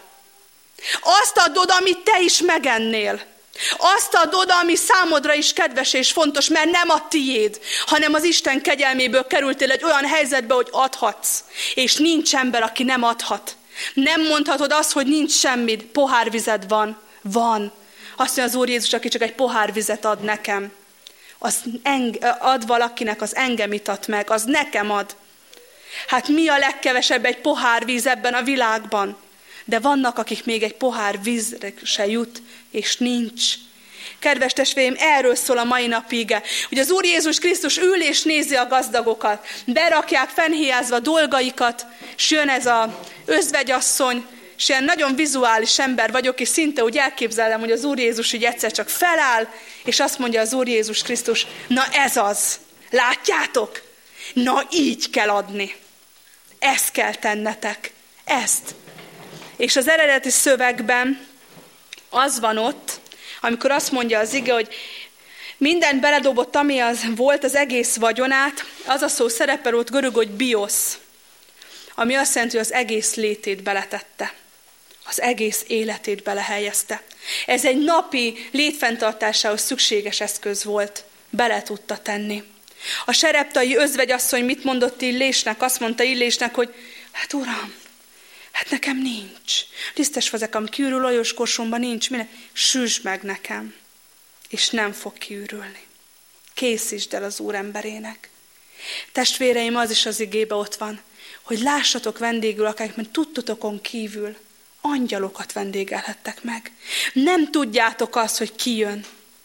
Azt add oda, amit te is megennél. Azt add oda, ami számodra is kedves és fontos, mert nem a tiéd, hanem az Isten kegyelméből kerültél egy olyan helyzetbe, hogy adhatsz. És nincs ember, aki nem adhat. Nem mondhatod azt, hogy nincs semmid, pohárvized van. Van. Azt mondja az Úr Jézus, aki csak egy pohárvizet ad nekem. Az enge, ad valakinek, az engem itat meg, az nekem ad. Hát mi a legkevesebb egy pohár víz ebben a világban? De vannak, akik még egy pohár vízre se jut, és nincs. Kedves testvéreim, erről szól a mai nap íge. Hogy az Úr Jézus Krisztus ül és nézi a gazdagokat. Berakják fennhéjázva dolgaikat, és jön ez az özvegyasszony, és ilyen nagyon vizuális ember vagyok, és szinte úgy elképzelem, hogy az Úr Jézus így egyszer csak feláll, és azt mondja az Úr Jézus Krisztus, na ez az, látjátok? Na így kell adni. Ezt kell tennetek. Ezt. És az eredeti szövegben az van ott, amikor azt mondja az ige, hogy mindent beledobott, ami az volt, az egész vagyonát, az a szó szerepel ott görög, hogy biosz, ami azt jelenti, hogy az egész létét beletette. Az egész életét belehelyezte. Ez egy napi létfenntartásához szükséges eszköz volt. Bele tudta tenni. A sereptai özvegyasszony mit mondott Illésnek? Azt mondta Illésnek, hogy hát uram, hát nekem nincs. Tisztes fazekam kiürül, olajos korsomban nincs. Minden. Süsd meg nekem. És nem fog kiürülni. Készítsd el az Úr emberének. Testvéreim, az is az igébe ott van, hogy lássatok vendégül, akik, mert tudtotokon kívül angyalokat vendégelhettek meg. Nem tudjátok azt, hogy ki jön,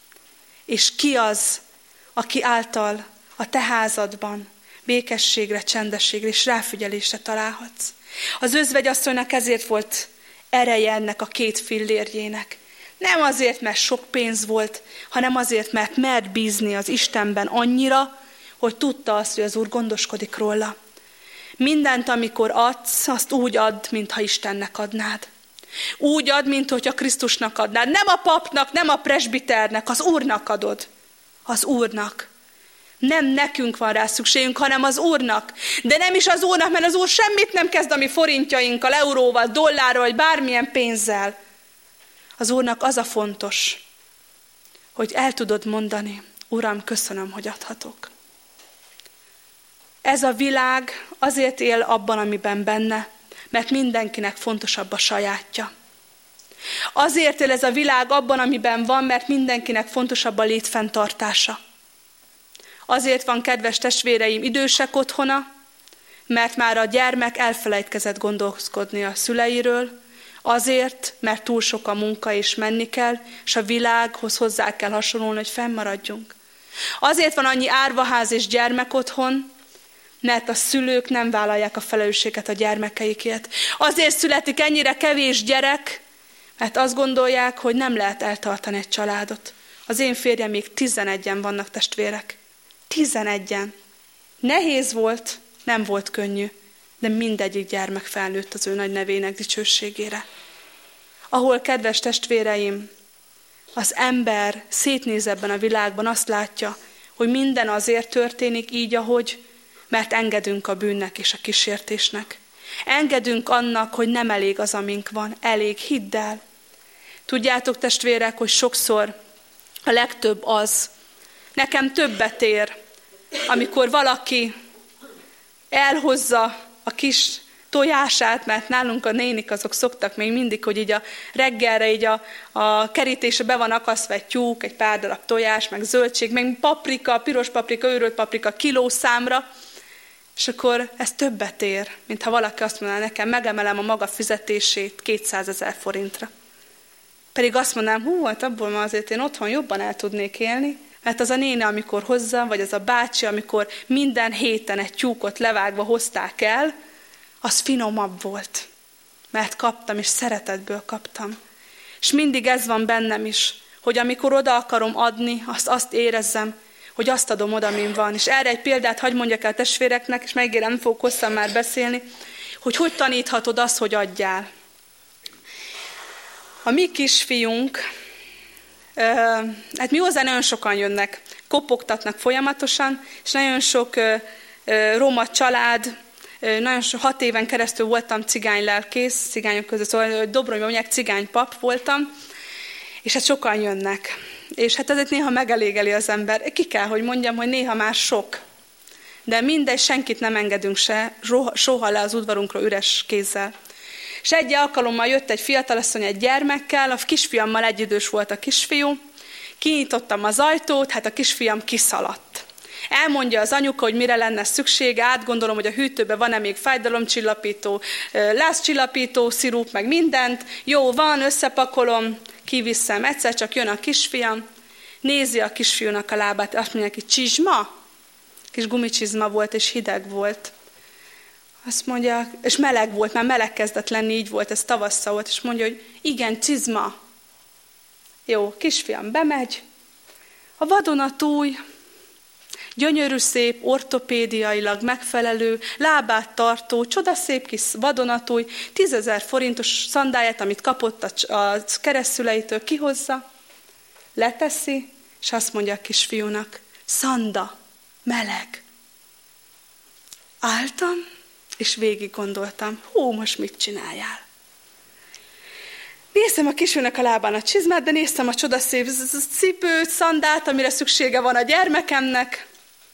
és ki az, aki által a te házadban békességre, csendességre és ráfigyelésre találhatsz. Az özvegyasszonynak ezért volt ereje ennek a két fillérjének. Nem azért, mert sok pénz volt, hanem azért, mert mert bízni az Istenben annyira, hogy tudta azt, hogy az Úr gondoskodik róla. Mindent, amikor adsz, azt úgy add, mintha Istennek adnád. Úgy add, mintha Krisztusnak adnád. Nem a papnak, nem a presbiternek, az Úrnak adod. Az Úrnak. Nem nekünk van rá szükségünk, hanem az Úrnak. De nem is az Úrnak, mert az Úr semmit nem kezd a mi forintjainkkal, euróval, dollárral, vagy bármilyen pénzzel. Az Úrnak az a fontos, hogy el tudod mondani, Uram, köszönöm, hogy adhatok. Ez a világ azért él abban, amiben benne, mert mindenkinek fontosabb a sajátja. Azért él ez a világ abban, amiben van, mert mindenkinek fontosabb a létfenntartása. Azért van, kedves testvéreim, idősek otthona, mert már a gyermek elfelejtkezett gondolkodni a szüleiről, azért, mert túl sok a munka és menni kell, és a világhoz hozzá kell hasonlulni, hogy fennmaradjunk. Azért van annyi árvaház és gyermek otthon, mert a szülők nem vállalják a felelősséget a gyermekeikért. Azért születik ennyire kevés gyerek, mert azt gondolják, hogy nem lehet eltartani egy családot. Az én férjem még tizenegyen vannak, testvérek. Tizenegyen. Nehéz volt, nem volt könnyű, de mindegyik gyermek felnőtt az ő nagy nevének dicsőségére. ahol, kedves testvéreim, az ember szétnéz ebben a világban, azt látja, hogy minden azért történik így, ahogy, mert engedünk a bűnnek és a kísértésnek. Engedünk annak, hogy nem elég az, amink van. Elég, hidd el. Tudjátok, testvérek, hogy sokszor a legtöbb az, nekem többet ér, amikor valaki elhozza a kis tojását, mert nálunk a nénik azok szoktak még mindig, hogy így a reggelre így a, a kerítésre be van akasztva egy tyúk, egy pár darab tojás, meg zöldség, meg paprika, piros paprika, őrölt paprika kilószámra, és akkor ez többet ér, mint ha valaki azt mondaná nekem, megemelem a maga fizetését kétszázezer forintra. Pedig azt mondanám, hú, hát abból ma azért én otthon jobban el tudnék élni, mert az a néni, amikor hozza, vagy az a bácsi, amikor minden héten egy tyúkot levágva hozták el, az finomabb volt, mert kaptam, és szeretetből kaptam. És mindig ez van bennem is, hogy amikor oda akarom adni, azt, azt érezzem, hogy azt adom oda, min van. És erre egy példát hadd mondjak el testvéreknek, és megígérem, nem fogok hosszan már beszélni, hogy hogy taníthatod azt, hogy adjál. A mi kisfiunk, hát mi hozzá nagyon sokan jönnek, kopogtatnak folyamatosan, és nagyon sok roma család, nagyon sok, hat éven keresztül voltam cigánylelkész, cigányok között, szóval Dobronyban mondják, cigánypap voltam, és hát sokan jönnek. És hát ezért néha megelégeli az ember. Ki kell, hogy mondjam, hogy néha már sok. De mindegy, senkit nem engedünk se, soha le az udvarunkról üres kézzel. És egy alkalommal jött egy fiatalasszony egy gyermekkel, a kisfiammal egyidős volt a kisfiú, kinyitottam az ajtót, hát a kisfiam kiszaladt. Elmondja az anyuka, hogy mire lenne szüksége, átgondolom, hogy a hűtőben van-e még fájdalomcsillapító, lázcsillapító, szirup, meg mindent. Jó, van, összepakolom, kiviszem. Egyszer csak jön a kisfiam, nézi a kisfiúnak a lábát, azt mondja neki, csizma? Kis gumicsizma volt, és hideg volt. Azt mondja, és meleg volt, már meleg kezdett lenni, így volt, ez tavasszal volt, és mondja, hogy igen, csizma. Jó, kisfiam bemegy, a vadonatúj, gyönyörű szép, ortopédiailag megfelelő, lábát tartó, csodaszép kis vadonatúj, tízezer forintos szandáját, amit kapott a, a keresztszüleitől, kihozza, leteszi, és azt mondja a kisfiúnak, szanda, meleg. Álltam, és végig gondoltam, hú, most mit csináljál? Néztem a kisfiúnak a lábán a csizmát, de néztem a csodaszép cipőt, szandát, amire szüksége van a gyermekemnek.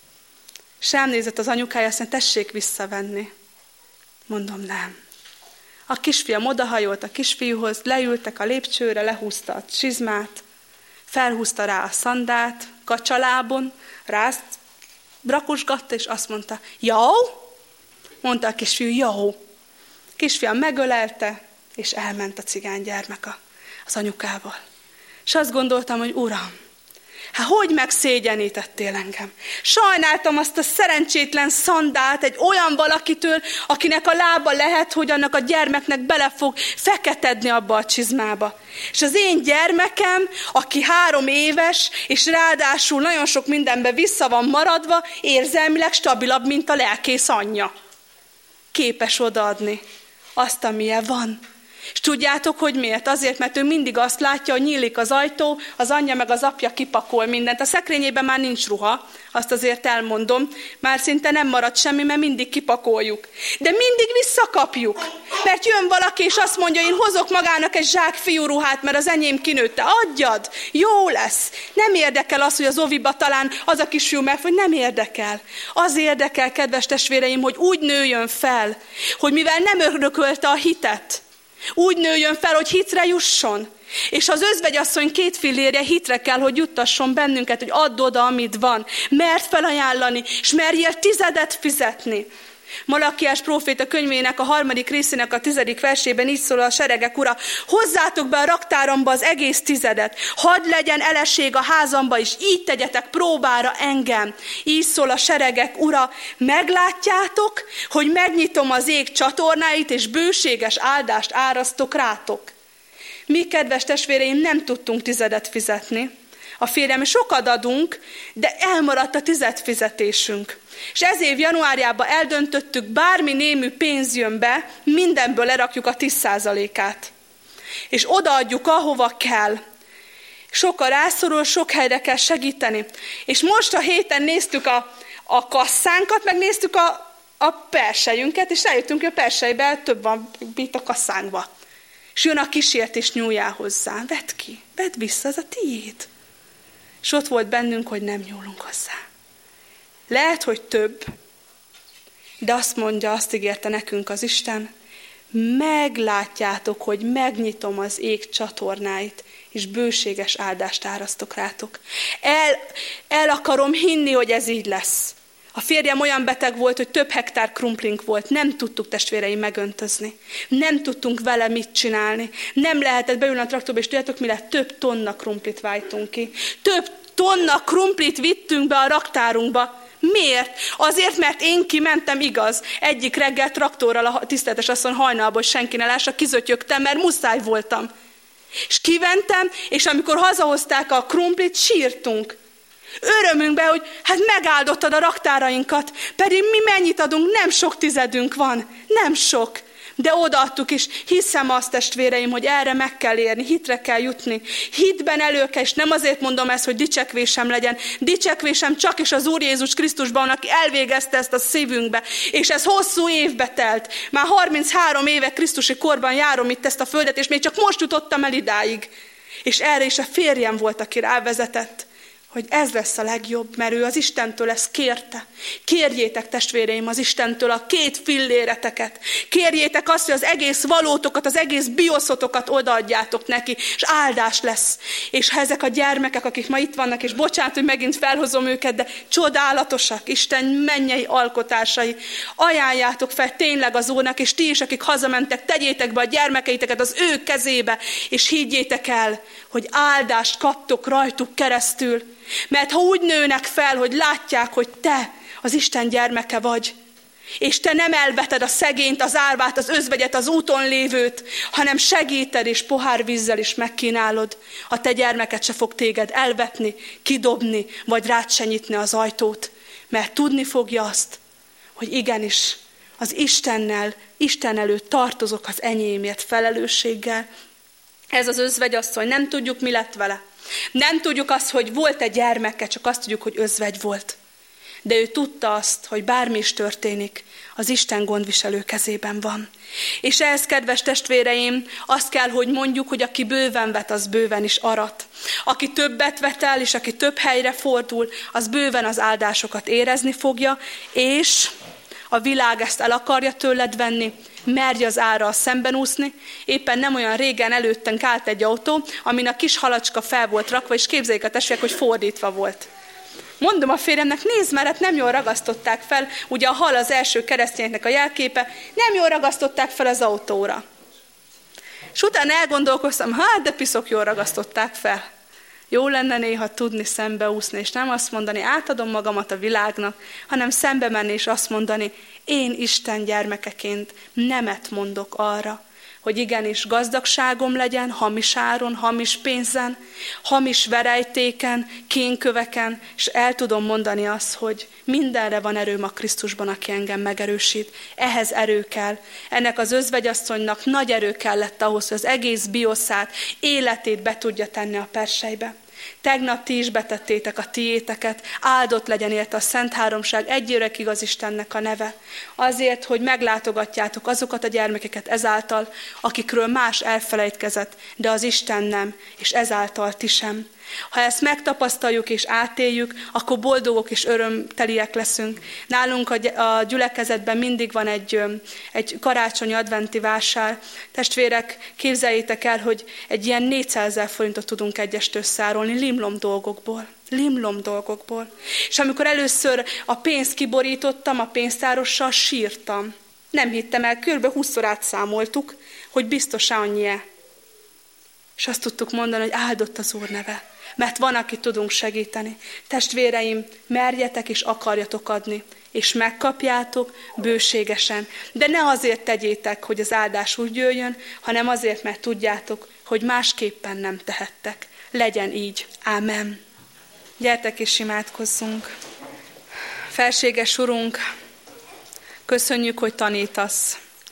És elnézett az anyukája, azt mondja, tessék visszavenni. Mondom, nem. A kisfiam odahajolt a kisfiúhoz, leültek a lépcsőre, lehúzta a csizmát, felhúzta rá a szandát, kacsalábon, rázt, brakusgatta, és azt mondta, jó? Mondta a kisfiú, jó. Kisfiam megölelte, és elment a cigánygyermek az anyukával. És azt gondoltam, hogy Uram, hát hogy megszégyenítettél engem? Sajnáltam azt a szerencsétlen szandát egy olyan valakitől, akinek a lába lehet, hogy annak a gyermeknek bele fog feketedni abba a csizmába. És az én gyermekem, aki három éves, és ráadásul nagyon sok mindenben vissza van maradva, érzelmileg stabilabb, mint a lelkész anyja. Képes odaadni azt, amilyen van. És tudjátok, hogy miért? Azért, mert ő mindig azt látja, hogy nyílik az ajtó, az anyja meg az apja kipakol mindent. A szekrényében már nincs ruha, azt azért elmondom. Már szinte nem marad semmi, mert mindig kipakoljuk. De mindig visszakapjuk. Mert jön valaki, és azt mondja, én hozok magának egy zsák fiúruhát, mert az enyém kinőtte. Adjad, jó lesz. Nem érdekel az, hogy az oviba talán az a kisfiú megfog, nem érdekel. Az érdekel, kedves testvéreim, hogy úgy nőjön fel, hogy mivel nem örökölte a hitet, úgy nőjön fel, hogy hitre jusson. És az özvegyasszony két fillérje hitre kell, hogy juttasson bennünket, hogy add oda, amit van. Mert felajánlani, és merjél tizedet fizetni. Malakiás próféta könyvének a harmadik részének a tizedik versében így szól a seregek ura, hozzátok be a raktáramba az egész tizedet, hadd legyen eleség a házamba, és így tegyetek próbára engem. Így szól a seregek ura, meglátjátok, hogy megnyitom az ég csatornáit, és bőséges áldást árasztok rátok. Mi, kedves testvéreim, nem tudtunk tizedet fizetni. A férjem, sokat adunk, de elmaradt a tizedfizetésünk. És ez év januárjában eldöntöttük, bármi némű pénz jön be, mindenből lerakjuk a tíz százalékát. és odaadjuk, ahova kell. Sokkal rászorul, sok helyre kell segíteni. És most a héten néztük a, a kasszánkat, meg néztük a, a persejünket, és rájöttünk, hogy a persejben több van, mint a kasszánkba. És jön a kísért, és nyúljál hozzá. Vedd ki, vedd vissza, az a tiéd. És ott volt bennünk, hogy nem nyúlunk hozzá. Lehet, hogy több, de azt mondja, azt ígérte nekünk az Isten, meglátjátok, hogy megnyitom az ég csatornáit, és bőséges áldást árasztok rátok. El, el akarom hinni, hogy ez így lesz. A férjem olyan beteg volt, hogy több hektár krumplink volt. Nem tudtuk, testvéreim, megöntözni. Nem tudtunk vele mit csinálni. Nem lehetett beülni a traktorba, és tudjátok, mi lett? Több tonna krumplit vájtunk ki. Több tonna krumplit vittünk be a raktárunkba. Miért? Azért, mert én kimentem, igaz. Egyik reggel traktorral a tiszteletes asszony hajnalban, hogy senki ne lássa, kizötyögtem, mert muszáj voltam. És kimentem, és amikor hazahozták a krumplit, sírtunk. Örömünkben, hogy hát megáldottad a raktárainkat, pedig mi mennyit adunk, nem sok tizedünk van, nem sok. De odaadtuk, és hiszem azt, testvéreim, hogy erre meg kell érni, hitre kell jutni. Hitben elő kell, és nem azért mondom ezt, hogy dicsekvésem legyen. Dicsekvésem csak is az Úr Jézus Krisztusban, aki elvégezte ezt a szívünkbe. És ez hosszú évbe telt. Már harminchárom éve krisztusi korban járom itt ezt a földet, és még csak most jutottam el idáig. És erre is a férjem volt, aki rávezetett, hogy ez lesz a legjobb, mert ő az Istentől ezt kérte. Kérjétek, testvéreim, az Istentől a két filléreteket. Kérjétek azt, hogy az egész valótokat, az egész bioszotokat odaadjátok neki, és áldás lesz. És ha ezek a gyermekek, akik ma itt vannak, és bocsánat, hogy megint felhozom őket, de csodálatosak, Isten mennyei alkotásai, ajánljátok fel tényleg az Úrnak, és ti is, akik hazamentek, tegyétek be a gyermekeiteket az ő kezébe, és higgyétek el, hogy áldást kaptok rajtuk keresztül. Mert ha úgy nőnek fel, hogy látják, hogy te az Isten gyermeke vagy, és te nem elveted a szegényt, az árvát, az özvegyet, az úton lévőt, hanem segíted és pohár vízzel is megkínálod, a te gyermeket se fog téged elvetni, kidobni, vagy rád se nyitni az ajtót, mert tudni fogja azt, hogy igenis az Istennel, Isten előtt tartozok az enyémért felelősséggel. Ez az özvegyasszony, nem tudjuk, mi lett vele. Nem tudjuk azt, hogy volt-e gyermeke, csak azt tudjuk, hogy özvegy volt. De ő tudta azt, hogy bármi is történik, az Isten gondviselő kezében van. És ehhez, kedves testvéreim, azt kell, hogy mondjuk, hogy aki bőven vet, az bőven is arat. Aki többet vet el, és aki több helyre fordul, az bőven az áldásokat érezni fogja, és a világ ezt el akarja tőled venni, merj az árral szembenúszni. Éppen nem olyan régen előttünk állt egy autó, amin a kis halacska fel volt rakva, és képzeljék a testvérek, hogy fordítva volt. Mondom a férjemnek, nézd már, hát nem jól ragasztották fel, ugye a hal az első keresztényeknek a jelképe, nem jól ragasztották fel az autóra. És utána elgondolkoztam, hát de piszok jól ragasztották fel. Jó lenne néha tudni szembeúszni, és nem azt mondani, átadom magamat a világnak, hanem szembe menni és azt mondani, én Isten gyermekeként nemet mondok arra, hogy igenis gazdagságom legyen, hamis áron, hamis pénzen, hamis verejtéken, kénköveken, és el tudom mondani azt, hogy mindenre van erőm a Krisztusban, aki engem megerősít. Ehhez erő kell. Ennek az özvegyasszonynak nagy erő kellett ahhoz, hogy az egész bioszát, életét be tudja tenni a persejbe. Tegnap ti is betettétek a tiéteket, áldott legyen érte a Szent Háromság, egy öreg igaz Istennek a neve. Azért, hogy meglátogatjátok azokat a gyermekeket ezáltal, akikről más elfelejtkezett, de az Isten nem, és ezáltal ti sem. Ha ezt megtapasztaljuk és átéljük, akkor boldogok és örömteliek leszünk. Nálunk a gyülekezetben mindig van egy, egy karácsonyi adventi vásár. Testvérek, képzeljétek el, hogy egy ilyen négyszázezer forintot tudunk egyest összeárolni limlom dolgokból. Limlom dolgokból. És amikor először a pénzt kiborítottam, a pénztárossal sírtam. Nem hittem el, kb. húszszor átszámoltuk, hogy biztosan annyi-e. És azt tudtuk mondani, hogy áldott az Úr neve. Mert van, aki tudunk segíteni. Testvéreim, merjetek és akarjatok adni, és megkapjátok bőségesen. De ne azért tegyétek, hogy az áldás úgy jöjjön, hanem azért, mert tudjátok, hogy másképpen nem tehettek. Legyen így. Ámen. Gyertek és imádkozzunk. Felséges Urunk, köszönjük, hogy tanítasz.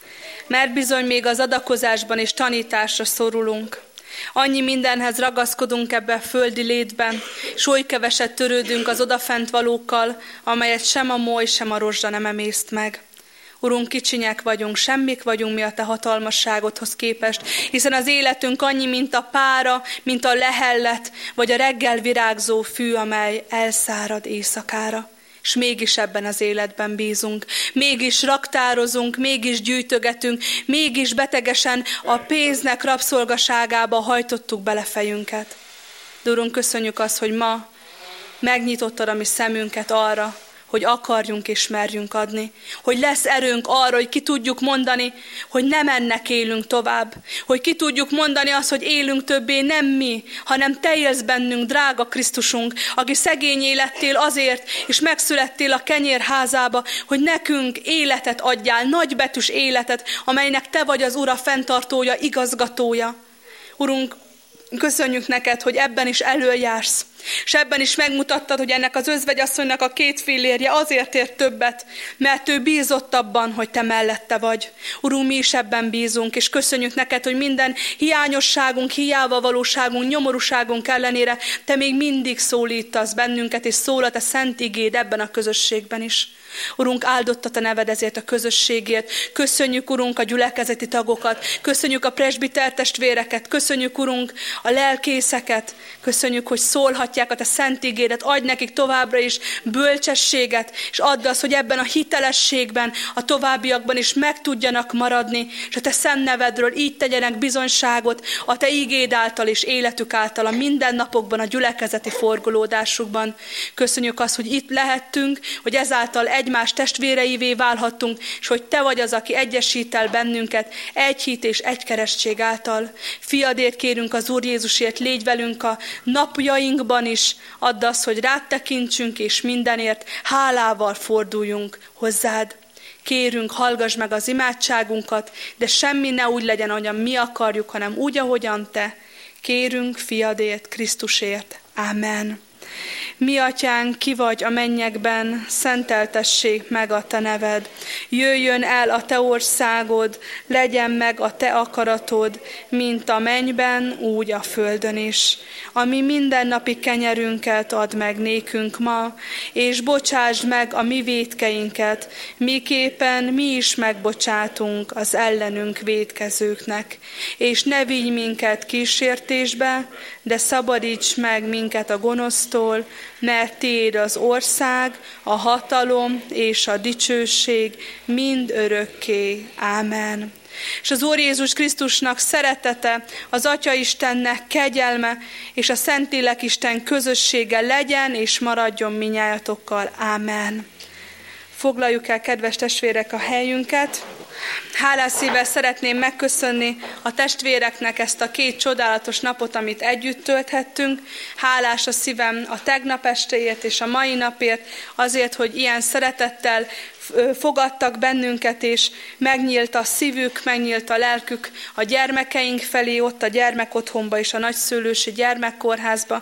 mert bizony még az adakozásban és tanításra szorulunk. Annyi mindenhez ragaszkodunk ebben a földi létben, s oly keveset törődünk az odafent valókkal, amelyet sem a moly, sem a rozsda nem emészt meg. Urunk, kicsinyek vagyunk, semmik vagyunk mi a Te hatalmasságodhoz képest, hiszen az életünk annyi, mint a pára, mint a lehellet, vagy a reggel virágzó fű, amely elszárad éjszakára. És mégis ebben az életben bízunk, mégis raktározunk, mégis gyűjtögetünk, mégis betegesen a pénznek rabszolgaságába hajtottuk bele fejünket. De Urunk, köszönjük azt, hogy ma megnyitottad a mi szemünket arra, hogy akarjunk és merjünk adni, hogy lesz erőnk arra, hogy ki tudjuk mondani, hogy nem ennek élünk tovább, hogy ki tudjuk mondani azt, hogy élünk többé nem mi, hanem Te élsz bennünk, drága Krisztusunk, aki szegényé lettél azért, és megszülettél a kenyérházába, hogy nekünk életet adjál, nagybetűs életet, amelynek Te vagy az Ura, fenntartója, igazgatója. Urunk, köszönjük neked, hogy ebben is előjársz, és ebben is megmutattad, hogy ennek az özvegyasszonynak a két fillérje azért ért többet, mert ő bízott abban, hogy te mellette vagy. Urunk, mi is ebben bízunk, és köszönjük neked, hogy minden hiányosságunk, hiába valóságunk, nyomorúságunk ellenére te még mindig szólítasz bennünket, és szól a te szent igéd ebben a közösségben is. Urunk, áldott a te neved ezért a közösségért. Köszönjük, Urunk, a gyülekezeti tagokat, köszönjük a presbiter testvéreket, köszönjük, Urunk, a lelkészeket, köszönjük, hogy szólhatják a te szent igédet, adj nekik továbbra is bölcsességet, és add azt, hogy ebben a hitelességben, a továbbiakban is meg tudjanak maradni, és a te szent nevedről így tegyenek bizonyságot a te igéd által és életük által a mindennapokban, a gyülekezeti forgolódásukban. Köszönjük azt, hogy itt lehettünk, hogy ezáltal egy egymás testvéreivé válhattunk, és hogy te vagy az, aki egyesít el bennünket egy hit és egy keresztség által. Fiadért kérünk az Úr Jézusért, légy velünk a napjainkban is, add azt, hogy rád tekintsünk, és mindenért hálával forduljunk hozzád. Kérünk, hallgass meg az imádságunkat, de semmi ne úgy legyen, ahogyan mi akarjuk, hanem úgy, ahogyan te. Kérünk fiadért, Krisztusért. Ámen. Mi, atyánk, ki vagy a mennyekben, szenteltessék meg a te neved. Jöjjön el a te országod, legyen meg a te akaratod, mint a mennyben, úgy a földön is. Ami mindennapi kenyerünket add meg nékünk ma, és bocsásd meg a mi vétkeinket, miképpen mi is megbocsátunk az ellenünk vétkezőknek. És ne vigy minket kísértésbe, de szabadíts meg minket a gonosztól, mert tiéd az ország, a hatalom és a dicsőség mind örökké. Ámen. És az Úr Jézus Krisztusnak szeretete, az Atya Istennek kegyelme, és a Szentlélek Isten közössége legyen és maradjon minnyájatokkal. Ámen. Foglaljuk el, kedves testvérek, a helyünket. Hálás szívvel szeretném megköszönni a testvéreknek ezt a két csodálatos napot, amit együtt tölthettünk. Hálás a szívem a tegnap estéért és a mai napért, azért, hogy ilyen szeretettel fogadtak bennünket, és megnyílt a szívük, megnyílt a lelkük a gyermekeink felé, ott a gyermekotthonba és a nagyszülősi gyermekkórházba.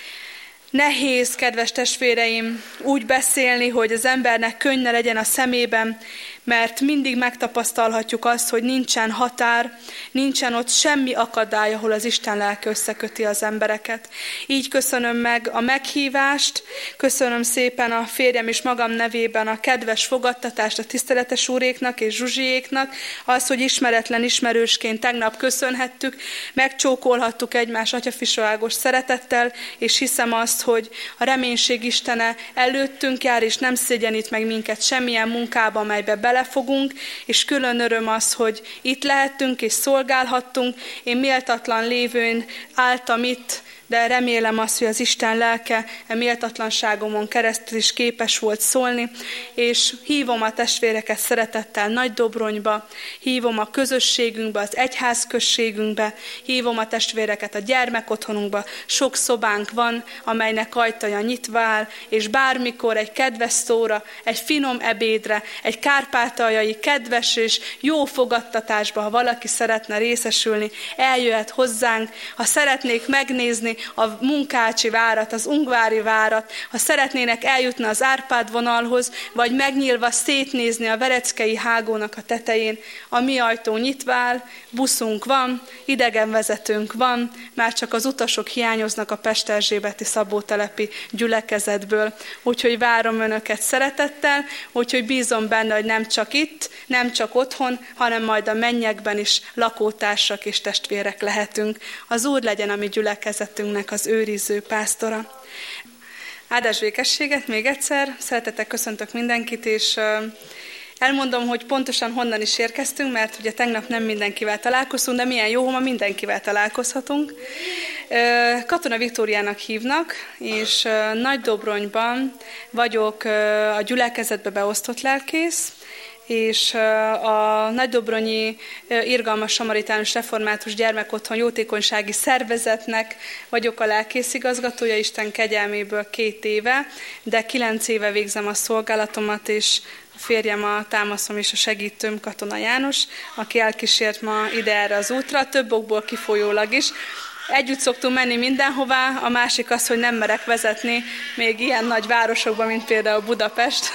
Nehéz, kedves testvéreim, úgy beszélni, hogy az embernek könny ne legyen a szemében, mert mindig megtapasztalhatjuk azt, hogy nincsen határ, nincsen ott semmi akadály, ahol az Isten lelke összeköti az embereket. Így köszönöm meg a meghívást, köszönöm szépen a férjem és magam nevében a kedves fogadtatást a tiszteletes úréknak és Zsuzsiéknak, az, hogy ismeretlen ismerősként tegnap köszönhettük, megcsókolhattuk egymás atyafisoágos szeretettel, és hiszem azt, hogy a reménység Istene előttünk jár, és nem szégyenít meg minket semmilyen munkába, amelybe belefogunk, és külön öröm az, hogy itt lehettünk és szolgálhattunk. Én méltatlan lévőn álltam itt, de remélem azt, hogy az Isten lelke e méltatlanságomon keresztül is képes volt szólni, és hívom a testvéreket szeretettel Nagydobronyba, hívom a közösségünkbe, az egyházközségünkbe, hívom a testvéreket a gyermekotthonunkba, sok szobánk van, amelynek ajtaja nyitva áll, és bármikor egy kedves szóra, egy finom ebédre, egy kárpátaljai kedves és jó fogadtatásba, ha valaki szeretne részesülni, eljöhet hozzánk. Ha szeretnék megnézni a Munkácsi várat, az Ungvári várat, ha szeretnének eljutni az Árpád vonalhoz, vagy megnyílva szétnézni a Vereckei hágónak a tetején, a mi ajtó nyitva áll, buszunk van, idegenvezetőnk van, már csak az utasok hiányoznak a Pesterzsébeti Szabótelepi gyülekezetből. Úgyhogy várom önöket szeretettel, úgyhogy bízom benne, hogy nem csak itt, nem csak otthon, hanem majd a mennyekben is lakótársak és testvérek lehetünk. Az Úr legyen a mi gyülekezetünknek az őriző pásztora. Áldás békességet még egyszer, szeretettel köszöntök mindenkit, és elmondom, hogy pontosan honnan is érkeztünk, mert ugye tegnap nem mindenkivel találkoztunk, de milyen jó, ma mindenkivel találkozhatunk. Katona Viktóriának hívnak, és Nagydobronyban vagyok a gyülekezetbe beosztott lelkész, és a Nagydobronyi Irgalmas Samaritánus Református Gyermekotthon Jótékonysági Szervezetnek vagyok a lelkészigazgatója, Isten kegyelméből két éve, de kilenc éve végzem a szolgálatomat, és a férjem, a támaszom és a segítőm Katona János, aki elkísért ma ide erre az útra, több okból kifolyólag is. Együtt szoktunk menni mindenhová, a másik az, hogy nem merek vezetni még ilyen nagy városokban, mint például Budapest.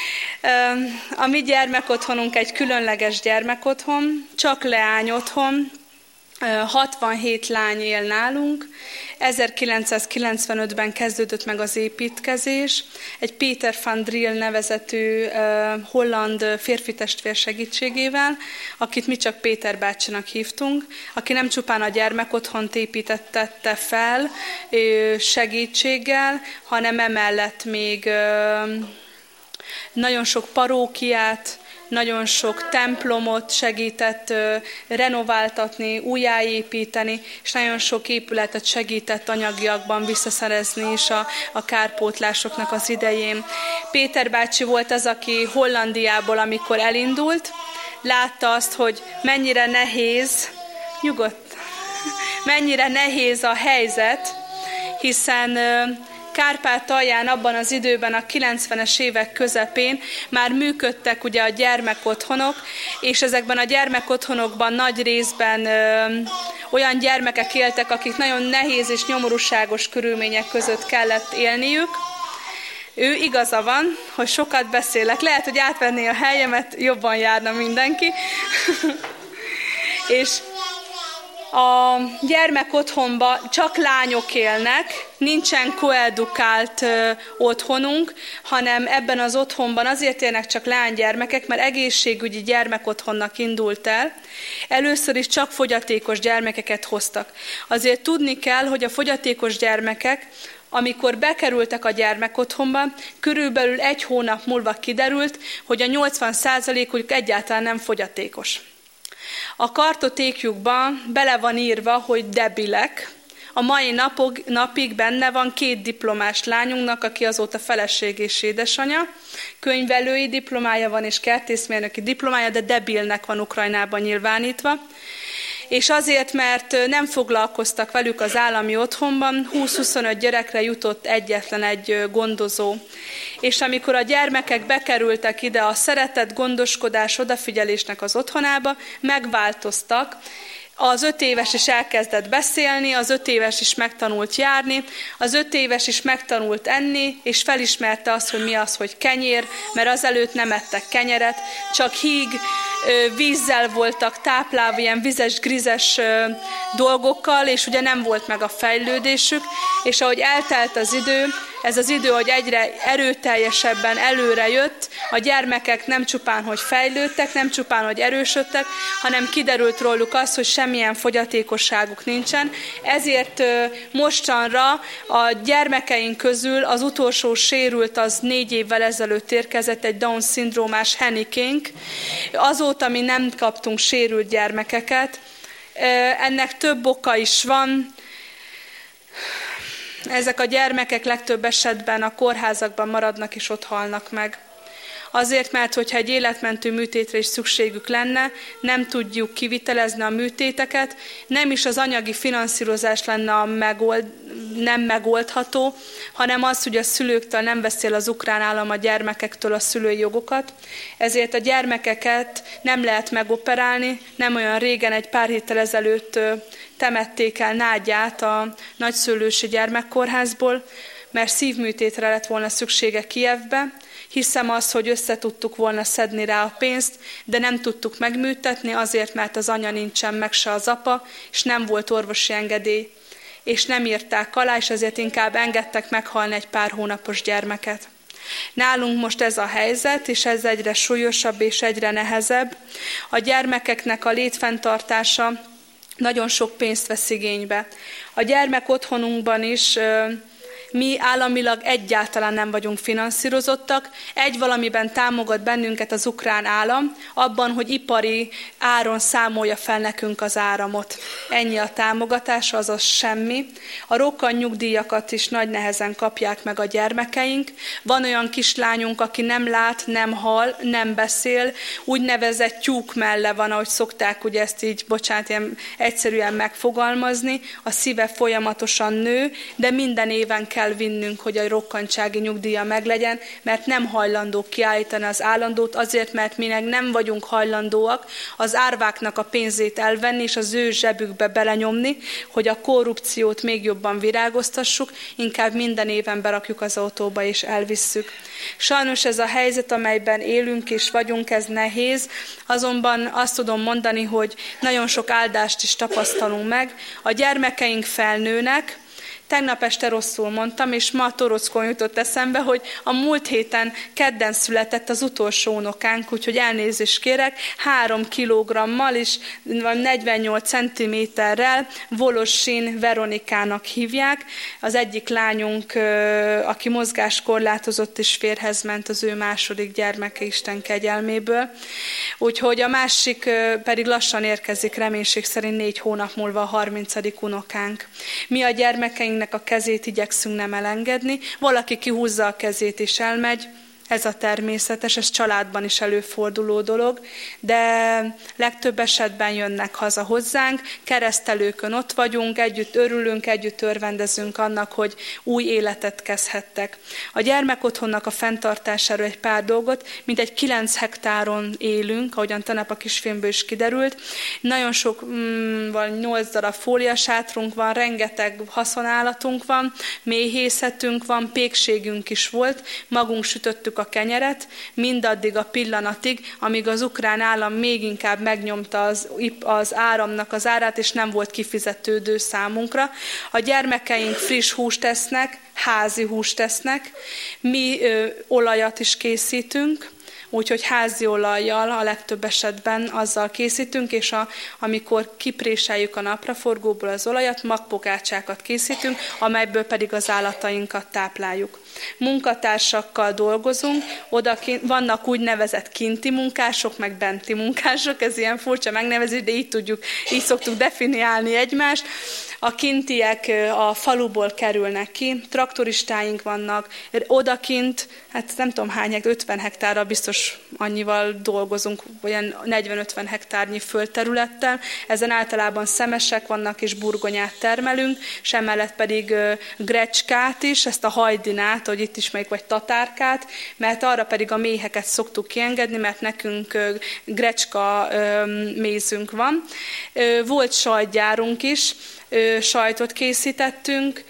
A mi gyermekotthonunk egy különleges gyermekotthon, csak leányotthon, hatvanhét lány él nálunk, ezerkilencszázkilencvenötben kezdődött meg az építkezés, egy Péter van Driel nevezetű uh, holland férfi testvér segítségével, akit mi csak Péter bácsinak hívtunk, aki nem csupán a gyermekotthont építette fel uh, segítséggel, hanem emellett még uh, nagyon sok parókiát, nagyon sok templomot segített ö, renováltatni, újjáépíteni, és nagyon sok épületet segített anyagiakban visszaszerezni is a, a kárpótlásoknak az idején. Péter bácsi volt az, aki Hollandiából, amikor elindult, látta azt, hogy mennyire nehéz, nyugodt, mennyire nehéz a helyzet, hiszen ö, Kárpátalján abban az időben, a kilencvenes évek közepén már működtek ugye a gyermekotthonok, és ezekben a gyermekotthonokban nagy részben ö, olyan gyermekek éltek, akik nagyon nehéz és nyomorúságos körülmények között kellett élniük. Ő igaza van, hogy sokat beszélek. Lehet, hogy átvenné a helyemet, jobban járna mindenki. És a gyermekotthonban csak lányok élnek, nincsen koedukált ö, otthonunk, hanem ebben az otthonban azért élnek csak lánygyermekek, mert egészségügyi gyermekotthonnak indult el. Először is csak fogyatékos gyermekeket hoztak. Azért tudni kell, hogy a fogyatékos gyermekek, amikor bekerültek a gyermekotthonba, körülbelül egy hónap múlva kiderült, hogy a nyolcvan százalékuk egyáltalán nem fogyatékos. A kartotékjukban bele van írva, hogy debilek. A mai napok, napig benne van két diplomás lányunknak, aki azóta feleség és édesanyja. Könyvelői diplomája van és kertészmérnöki diplomája, de debilnek van Ukrajnában nyilvánítva. És azért, mert nem foglalkoztak velük az állami otthonban, húsz-huszonöt gyerekre jutott egyetlen egy gondozó. És amikor a gyermekek bekerültek ide a szeretet, gondoskodás, odafigyelésnek az otthonába, megváltoztak. Az öt éves is elkezdett beszélni, az öt éves is megtanult járni, az öt éves is megtanult enni, és felismerte azt, hogy mi az, hogy kenyér, mert azelőtt nem ettek kenyeret, csak híg, vízzel voltak táplálva, ilyen vizes, grizes dolgokkal, és ugye nem volt meg a fejlődésük, és ahogy eltelt az idő, ez az idő, hogy egyre erőteljesebben előre jött, a gyermekek nem csupán, hogy fejlődtek, nem csupán, hogy erősödtek, hanem kiderült róluk az, hogy semmilyen fogyatékosságuk nincsen. Ezért mostanra a gyermekeink közül az utolsó sérült, az négy évvel ezelőtt érkezett, egy Down-szindrómás Hennikénk. Azóta mi nem kaptunk sérült gyermekeket. Ennek több oka is van. Ezek a gyermekek legtöbb esetben a kórházakban maradnak és ott halnak meg. Azért, mert hogyha egy életmentő műtétre is szükségük lenne, nem tudjuk kivitelezni a műtéteket, nem is az anyagi finanszírozás lenne a megold, nem megoldható, hanem az, hogy a szülőktől nem veszi el az ukrán állam a gyermekektől a szülői jogokat. Ezért a gyermekeket nem lehet megoperálni. Nem olyan régen, egy pár héttel ezelőtt temették el Nágyát a nagyszülősi gyermekkórházból, mert szívműtétre lett volna szüksége Kijevbe. Hiszem azt, hogy össze tudtuk volna szedni rá a pénzt, de nem tudtuk megműtetni azért, mert az anya nincsen, meg se az apa, és nem volt orvosi engedély. És nem írták alá, és ezért inkább engedtek meghalni egy pár hónapos gyermeket. Nálunk most ez a helyzet, és ez egyre súlyosabb és egyre nehezebb. A gyermekeknek a létfenntartása nagyon sok pénzt vesz igénybe. A gyermek otthonunkban is mi államilag egyáltalán nem vagyunk finanszírozottak. Egy valamiben támogat bennünket az ukrán állam, abban, hogy ipari áron számolja fel nekünk az áramot. Ennyi a támogatás, azaz semmi. A rokkan nyugdíjakat is nagy nehezen kapják meg a gyermekeink. Van olyan kislányunk, aki nem lát, nem hall, nem beszél, úgynevezett tyúk melle van, ahogy szokták ugye ezt így, bocsánat, ilyen egyszerűen megfogalmazni. A szíve folyamatosan nő, de minden éven kell vinnünk, hogy a rokkantsági nyugdíja meglegyen, mert nem hajlandók kiállítani az állandót, azért, mert mi nem vagyunk hajlandóak az árváknak a pénzét elvenni, és az ő zsebükbe belenyomni, hogy a korrupciót még jobban virágoztassuk, inkább minden éven berakjuk az autóba és elvisszük. Sajnos ez a helyzet, amelyben élünk és vagyunk, ez nehéz, azonban azt tudom mondani, hogy nagyon sok áldást is tapasztalunk meg. A gyermekeink felnőnek. Tegnap este rosszul mondtam, és ma Torockon jutott eszembe, hogy a múlt héten kedden született az utolsó unokánk, úgyhogy elnézést kérek, három kilogrammal és negyvennyolc centiméterrel Volossin Veronikának hívják. Az egyik lányunk, aki mozgáskorlátozott és férhez ment, az ő második gyermeke Isten kegyelméből. Úgyhogy a másik pedig lassan érkezik, reménység szerint négy hónap múlva a harmincadik unokánk. Mi a gyermekeink a kezét igyekszünk nem elengedni, valaki kihúzza a kezét és elmegy, ez a természetes, ez családban is előforduló dolog, de legtöbb esetben jönnek haza hozzánk, keresztelőkön ott vagyunk, együtt örülünk, együtt örvendezünk annak, hogy új életet kezdhettek. A gyermekotthonnak a fenntartásáról egy pár dolgot, mint egy kilenc hektáron élünk, ahogyan tegnap a kisfilmből is kiderült. Nagyon sok, mm, van nyolc darab fóliasátrunk van, rengeteg haszonállatunk van, méhészetünk van, pékségünk is volt, magunk sütöttük a kenyeret, mindaddig a pillanatig, amíg az ukrán állam még inkább megnyomta az, az áramnak az árát, és nem volt kifizetődő számunkra. A gyermekeink friss húst esznek, házi húst esznek, mi ö, olajat is készítünk, úgyhogy házi olajjal a legtöbb esetben azzal készítünk, és a, amikor kipréseljük a napraforgóból az olajat, magpogácsákat készítünk, amelyből pedig az állatainkat tápláljuk. Munkatársakkal dolgozunk, oda vannak úgynevezett kinti munkások, meg benti munkások, ez ilyen furcsa megnevezés, de így tudjuk, így szoktuk definiálni egymást. A kintiek a faluból kerülnek ki, traktoristáink vannak, odakint, hát nem tudom hány, ötven hektárral biztos annyival dolgozunk, olyan negyven-ötven hektárnyi földterülettel. Ezen általában szemesek vannak és burgonyát termelünk, és emellett pedig grecskát is, ezt a hajdinát, hogy itt ismerik, vagy tatárkát, mert arra pedig a méheket szoktuk kiengedni, mert nekünk grecska mézünk van. Volt sajtgyárunk is, sajtot készítettünk,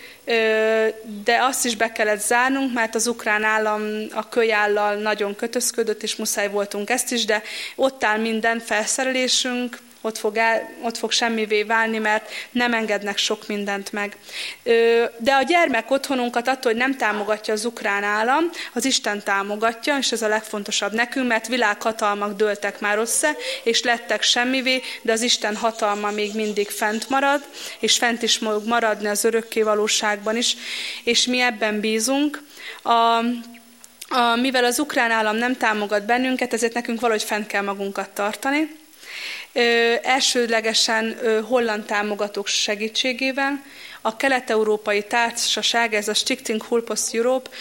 de azt is be kellett zárnunk, mert az ukrán állam a kölyállal nagyon kötözködött, és muszáj voltunk ezt is, de ott áll minden felszerelésünk, ott fog, el, ott fog semmivé válni, mert nem engednek sok mindent meg. De a gyermek otthonunkat attól, hogy nem támogatja az ukrán állam, az Isten támogatja, és ez a legfontosabb nekünk, mert világhatalmak dőltek már össze, és lettek semmivé, de az Isten hatalma még mindig fent marad, és fent is fog maradni az örökké valóságban is, és mi ebben bízunk. A A, mivel az ukrán állam nem támogat bennünket, ezért nekünk valahogy fent kell magunkat tartani. Ö, elsődlegesen ö, holland támogatók segítségével. A kelet-európai társaság, ez a Stichting Hulpos Europe,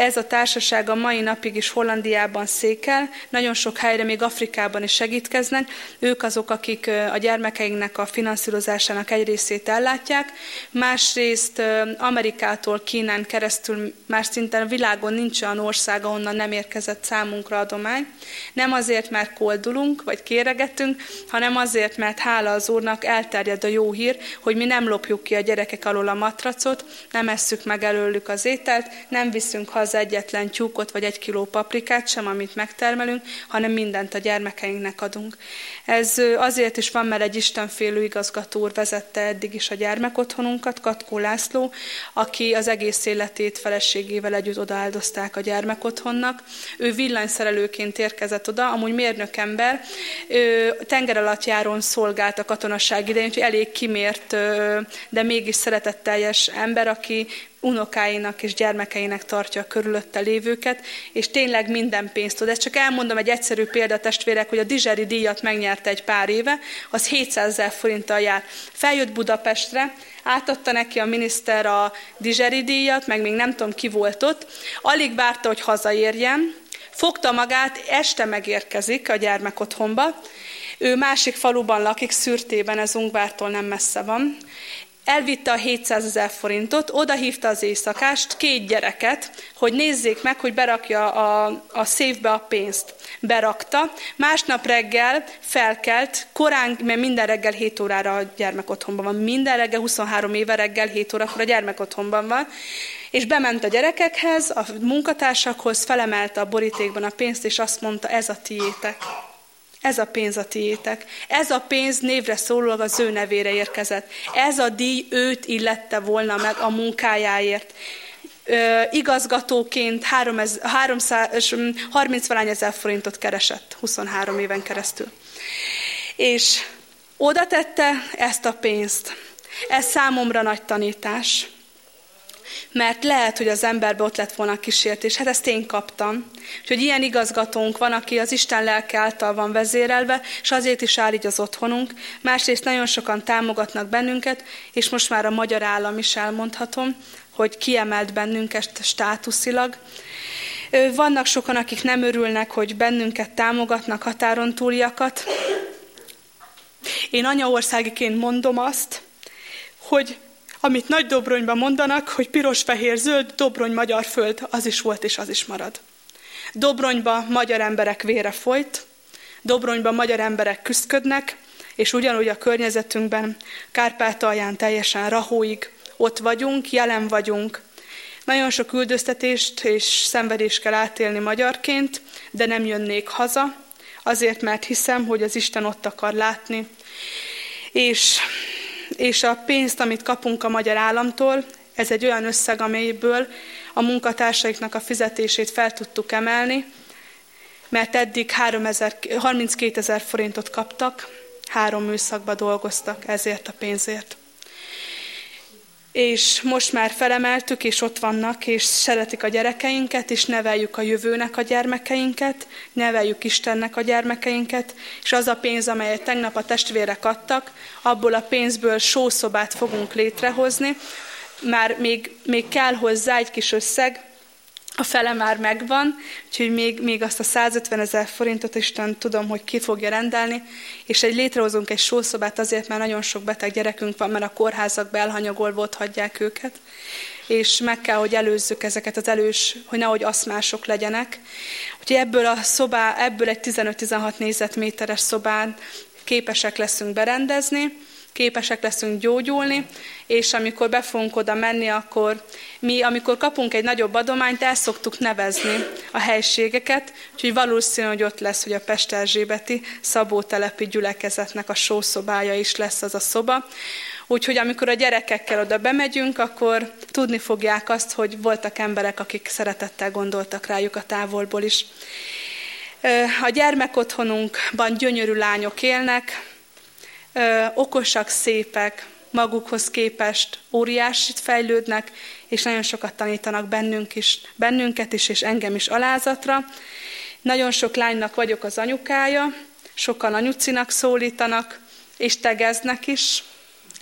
Ez a társaság a mai napig is Hollandiában székel, nagyon sok helyre, még Afrikában is segítkeznek. Ők azok, akik a gyermekeinknek a finanszírozásának egy részét ellátják. Másrészt Amerikától, Kínán keresztül már szinte a világon nincs olyan ország, ahonnan nem érkezett számunkra adomány. Nem azért, mert koldulunk, vagy kéregetünk, hanem azért, mert hála az Úrnak elterjed a jó hír, hogy mi nem lopjuk ki a gyerekek alól a matracot, nem esszük meg előlük az ételt, nem viszünk haza egyetlen tyúkot vagy egy kiló paprikát sem, amit megtermelünk, hanem mindent a gyermekeinknek adunk. Ez azért is van, mert egy istenfélő igazgató úr vezette eddig is a gyermekotthonunkat, Katkó László, aki az egész életét feleségével együtt odaáldozták a gyermekotthonnak. Ő villanyszerelőként érkezett oda, amúgy mérnök ember, tengeralattjárón szolgált a katonaság idején, úgyhogy elég kimért, de mégis szeretetteljes ember, aki unokáinak és gyermekeinek tartja a körülötte lévőket, és tényleg minden pénzt tud. Ezt csak elmondom egy egyszerű példa, testvérek, hogy a Dizseri díjat megnyerte egy pár éve, az hétszázezer forinttal jár. Feljött Budapestre, átadta neki a miniszter a Dizseri díjat, meg még nem tudom ki volt ott, alig várta, hogy hazaérjen, fogta magát, este megérkezik a gyermekotthonba, ő másik faluban lakik, Szürtében, ez Ungvártól nem messze van. Elvitte a hétszázezer forintot, odahívta az éjszakást, két gyereket, hogy nézzék meg, hogy berakja a, a széfbe a pénzt. Berakta, másnap reggel felkelt, korán, mert minden reggel hét órára a gyermekotthonban van. Minden reggel, huszonhárom éve reggel hét órakor a gyermekotthonban van. És bement a gyerekekhez, a munkatársakhoz, felemelte a borítékban a pénzt, és azt mondta, ez a tiétek. Ez a pénz a tiétek. Ez a pénz névre szólólag az ő nevére érkezett. Ez a díj őt illette volna meg a munkájáért. Ö, igazgatóként harminc ezer forintot keresett huszonhárom éven keresztül. És oda tette ezt a pénzt. Ez számomra nagy tanítás. Mert lehet, hogy az emberbe ott lett volna a kísértés. Hát ezt én kaptam. Úgyhogy ilyen igazgatónk van, aki az Isten lelke által van vezérelve, és azért is áll így az otthonunk. Másrészt nagyon sokan támogatnak bennünket, és most már a magyar állam is elmondhatom, hogy kiemelt bennünket státuszilag. Vannak sokan, akik nem örülnek, hogy bennünket támogatnak, határon túliakat. Én anyaországiként mondom azt, hogy amit Nagy-Dobronyban mondanak, hogy piros-fehér-zöld, Dobrony-magyar föld, az is volt és az is marad. Dobronyban magyar emberek vére folyt, Dobronyban magyar emberek küszködnek, és ugyanúgy a környezetünkben, Kárpátalján teljesen Rahóig ott vagyunk, jelen vagyunk. Nagyon sok üldöztetést és szenvedést kell átélni magyarként, de nem jönnék haza, azért, mert hiszem, hogy az Isten ott akar látni. És... és a pénzt, amit kapunk a magyar államtól, ez egy olyan összeg, amelyből a munkatársaiknak a fizetését fel tudtuk emelni, mert eddig harminckétezer forintot kaptak, három műszakban dolgoztak ezért a pénzért. És most már felemeltük, és ott vannak, és szeretik a gyerekeinket, és neveljük a jövőnek a gyermekeinket, neveljük Istennek a gyermekeinket, és az a pénz, amelyet tegnap a testvérek adtak, abból a pénzből sószobát fogunk létrehozni, már még, még kell hozzá egy kis összeg, a fele már megvan, úgyhogy még, még azt a százötven ezer forintot Isten tudom, hogy ki fogja rendelni, és egy létrehozunk egy sószobát azért, mert nagyon sok beteg gyerekünk van, mert a kórházakba elhanyagolva ott hagyják őket, és meg kell, hogy előzzük ezeket az elős, hogy nehogy aszmások legyenek. Úgyhogy ebből a szobá, ebből egy tizenöt-tizenhat négyzetméteres szobán képesek leszünk berendezni, képesek leszünk gyógyulni, és amikor be fogunk oda menni, akkor mi, amikor kapunk egy nagyobb adományt, el szoktuk nevezni a helységeket, úgyhogy valószínű, hogy ott lesz, hogy a Pesterzsébeti Szabótelepi gyülekezetnek a sószobája is lesz az a szoba. Úgyhogy amikor a gyerekekkel oda bemegyünk, akkor tudni fogják azt, hogy voltak emberek, akik szeretettel gondoltak rájuk a távolból is. A gyermekotthonunkban gyönyörű lányok élnek, Ö, okosak, szépek, magukhoz képest óriásit fejlődnek, és nagyon sokat tanítanak bennünk is, bennünket is, és engem is alázatra. Nagyon sok lánynak vagyok az anyukája, sokan anyucinak szólítanak, és tegeznek is.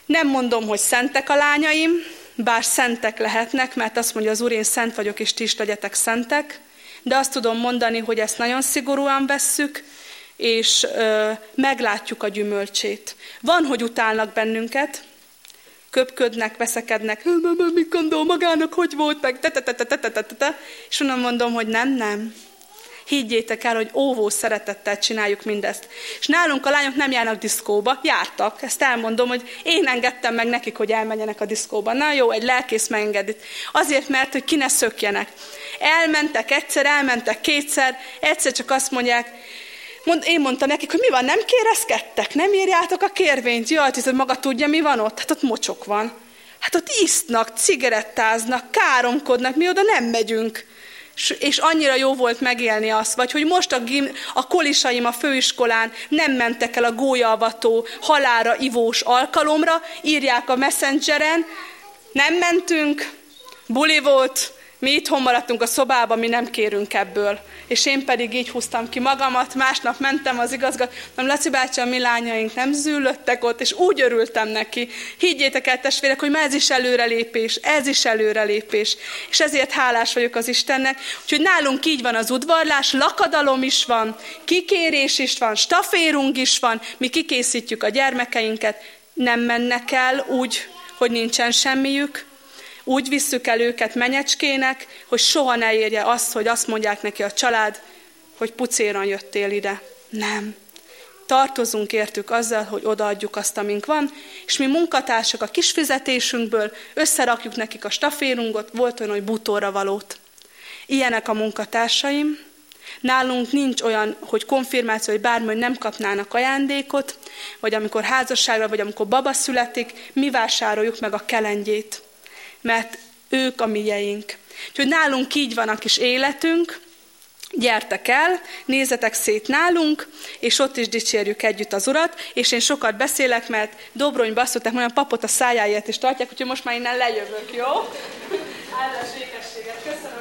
Nem mondom, hogy szentek a lányaim, bár szentek lehetnek, mert azt mondja az Úr, én szent vagyok, és ti is legyetek szentek, de azt tudom mondani, hogy ezt nagyon szigorúan vesszük, és ö, meglátjuk a gyümölcsét. Van, hogy utálnak bennünket, köpködnek, veszekednek, mit gondol magának, hogy volt, meg te-te-te-te-te-te-te, és onnan mondom, hogy nem, nem. Higgyétek el, hogy óvó szeretettel csináljuk mindezt. És nálunk a lányok nem járnak diszkóba, jártak, ezt elmondom, hogy én engedtem meg nekik, hogy elmenjenek a diszkóba. Na jó, egy lelkész megengedi. Azért, mert, hogy ki ne szökjenek. Elmentek egyszer, elmentek kétszer, egyszer csak azt mondják, Mond, én mondtam nekik, hogy mi van, nem kérezkedtek, nem írjátok a kérvényt. Jaj, hogy maga tudja, mi van ott? Hát ott mocsok van. Hát ott isznak, cigarettáznak, káromkodnak, mi oda nem megyünk. És, és annyira jó volt megélni azt, vagy hogy most a, gim, a kolisaim a főiskolán nem mentek el a gólyaalvató, halálra ivós alkalomra, írják a Messengeren, nem mentünk, buli volt, mi itthon maradtunk a szobában, mi nem kérünk ebből. És én pedig így húztam ki magamat, másnap mentem az igazgató, mondom, Laci bácsi, a mi lányaink nem züllöttek ott, és úgy örültem neki. Higgyétek el, testvérek, hogy már ez is előrelépés, ez is előrelépés. És ezért hálás vagyok az Istennek. Úgyhogy nálunk így van az udvarlás, lakadalom is van, kikérés is van, staférunk is van, mi kikészítjük a gyermekeinket, nem mennek el úgy, hogy nincsen semmiük. Úgy visszük el őket menyecskének, hogy soha ne érje azt, hogy azt mondják neki a család, hogy pucéran jöttél ide. Nem. Tartozunk értük azzal, hogy odaadjuk azt, amink van, és mi munkatársak a kis fizetésünkből összerakjuk nekik a staférungot, volt olyan, hogy bútorra valót. Ilyenek a munkatársaim. Nálunk nincs olyan, hogy konfirmáció, hogy bármi, hogy nem kapnának ajándékot, vagy amikor házasságra, vagy amikor baba születik, mi vásároljuk meg a kelengyét. Mert ők a mieink. Úgyhogy nálunk így van a kis életünk, gyertek el, nézzetek szét nálunk, és ott is dicsérjük együtt az Urat, és én sokat beszélek, mert Dobronyba azt mondták, hogy a papot a szájáért is tartják, úgyhogy most már innen lejövök, jó? Áldás békességet, köszönöm.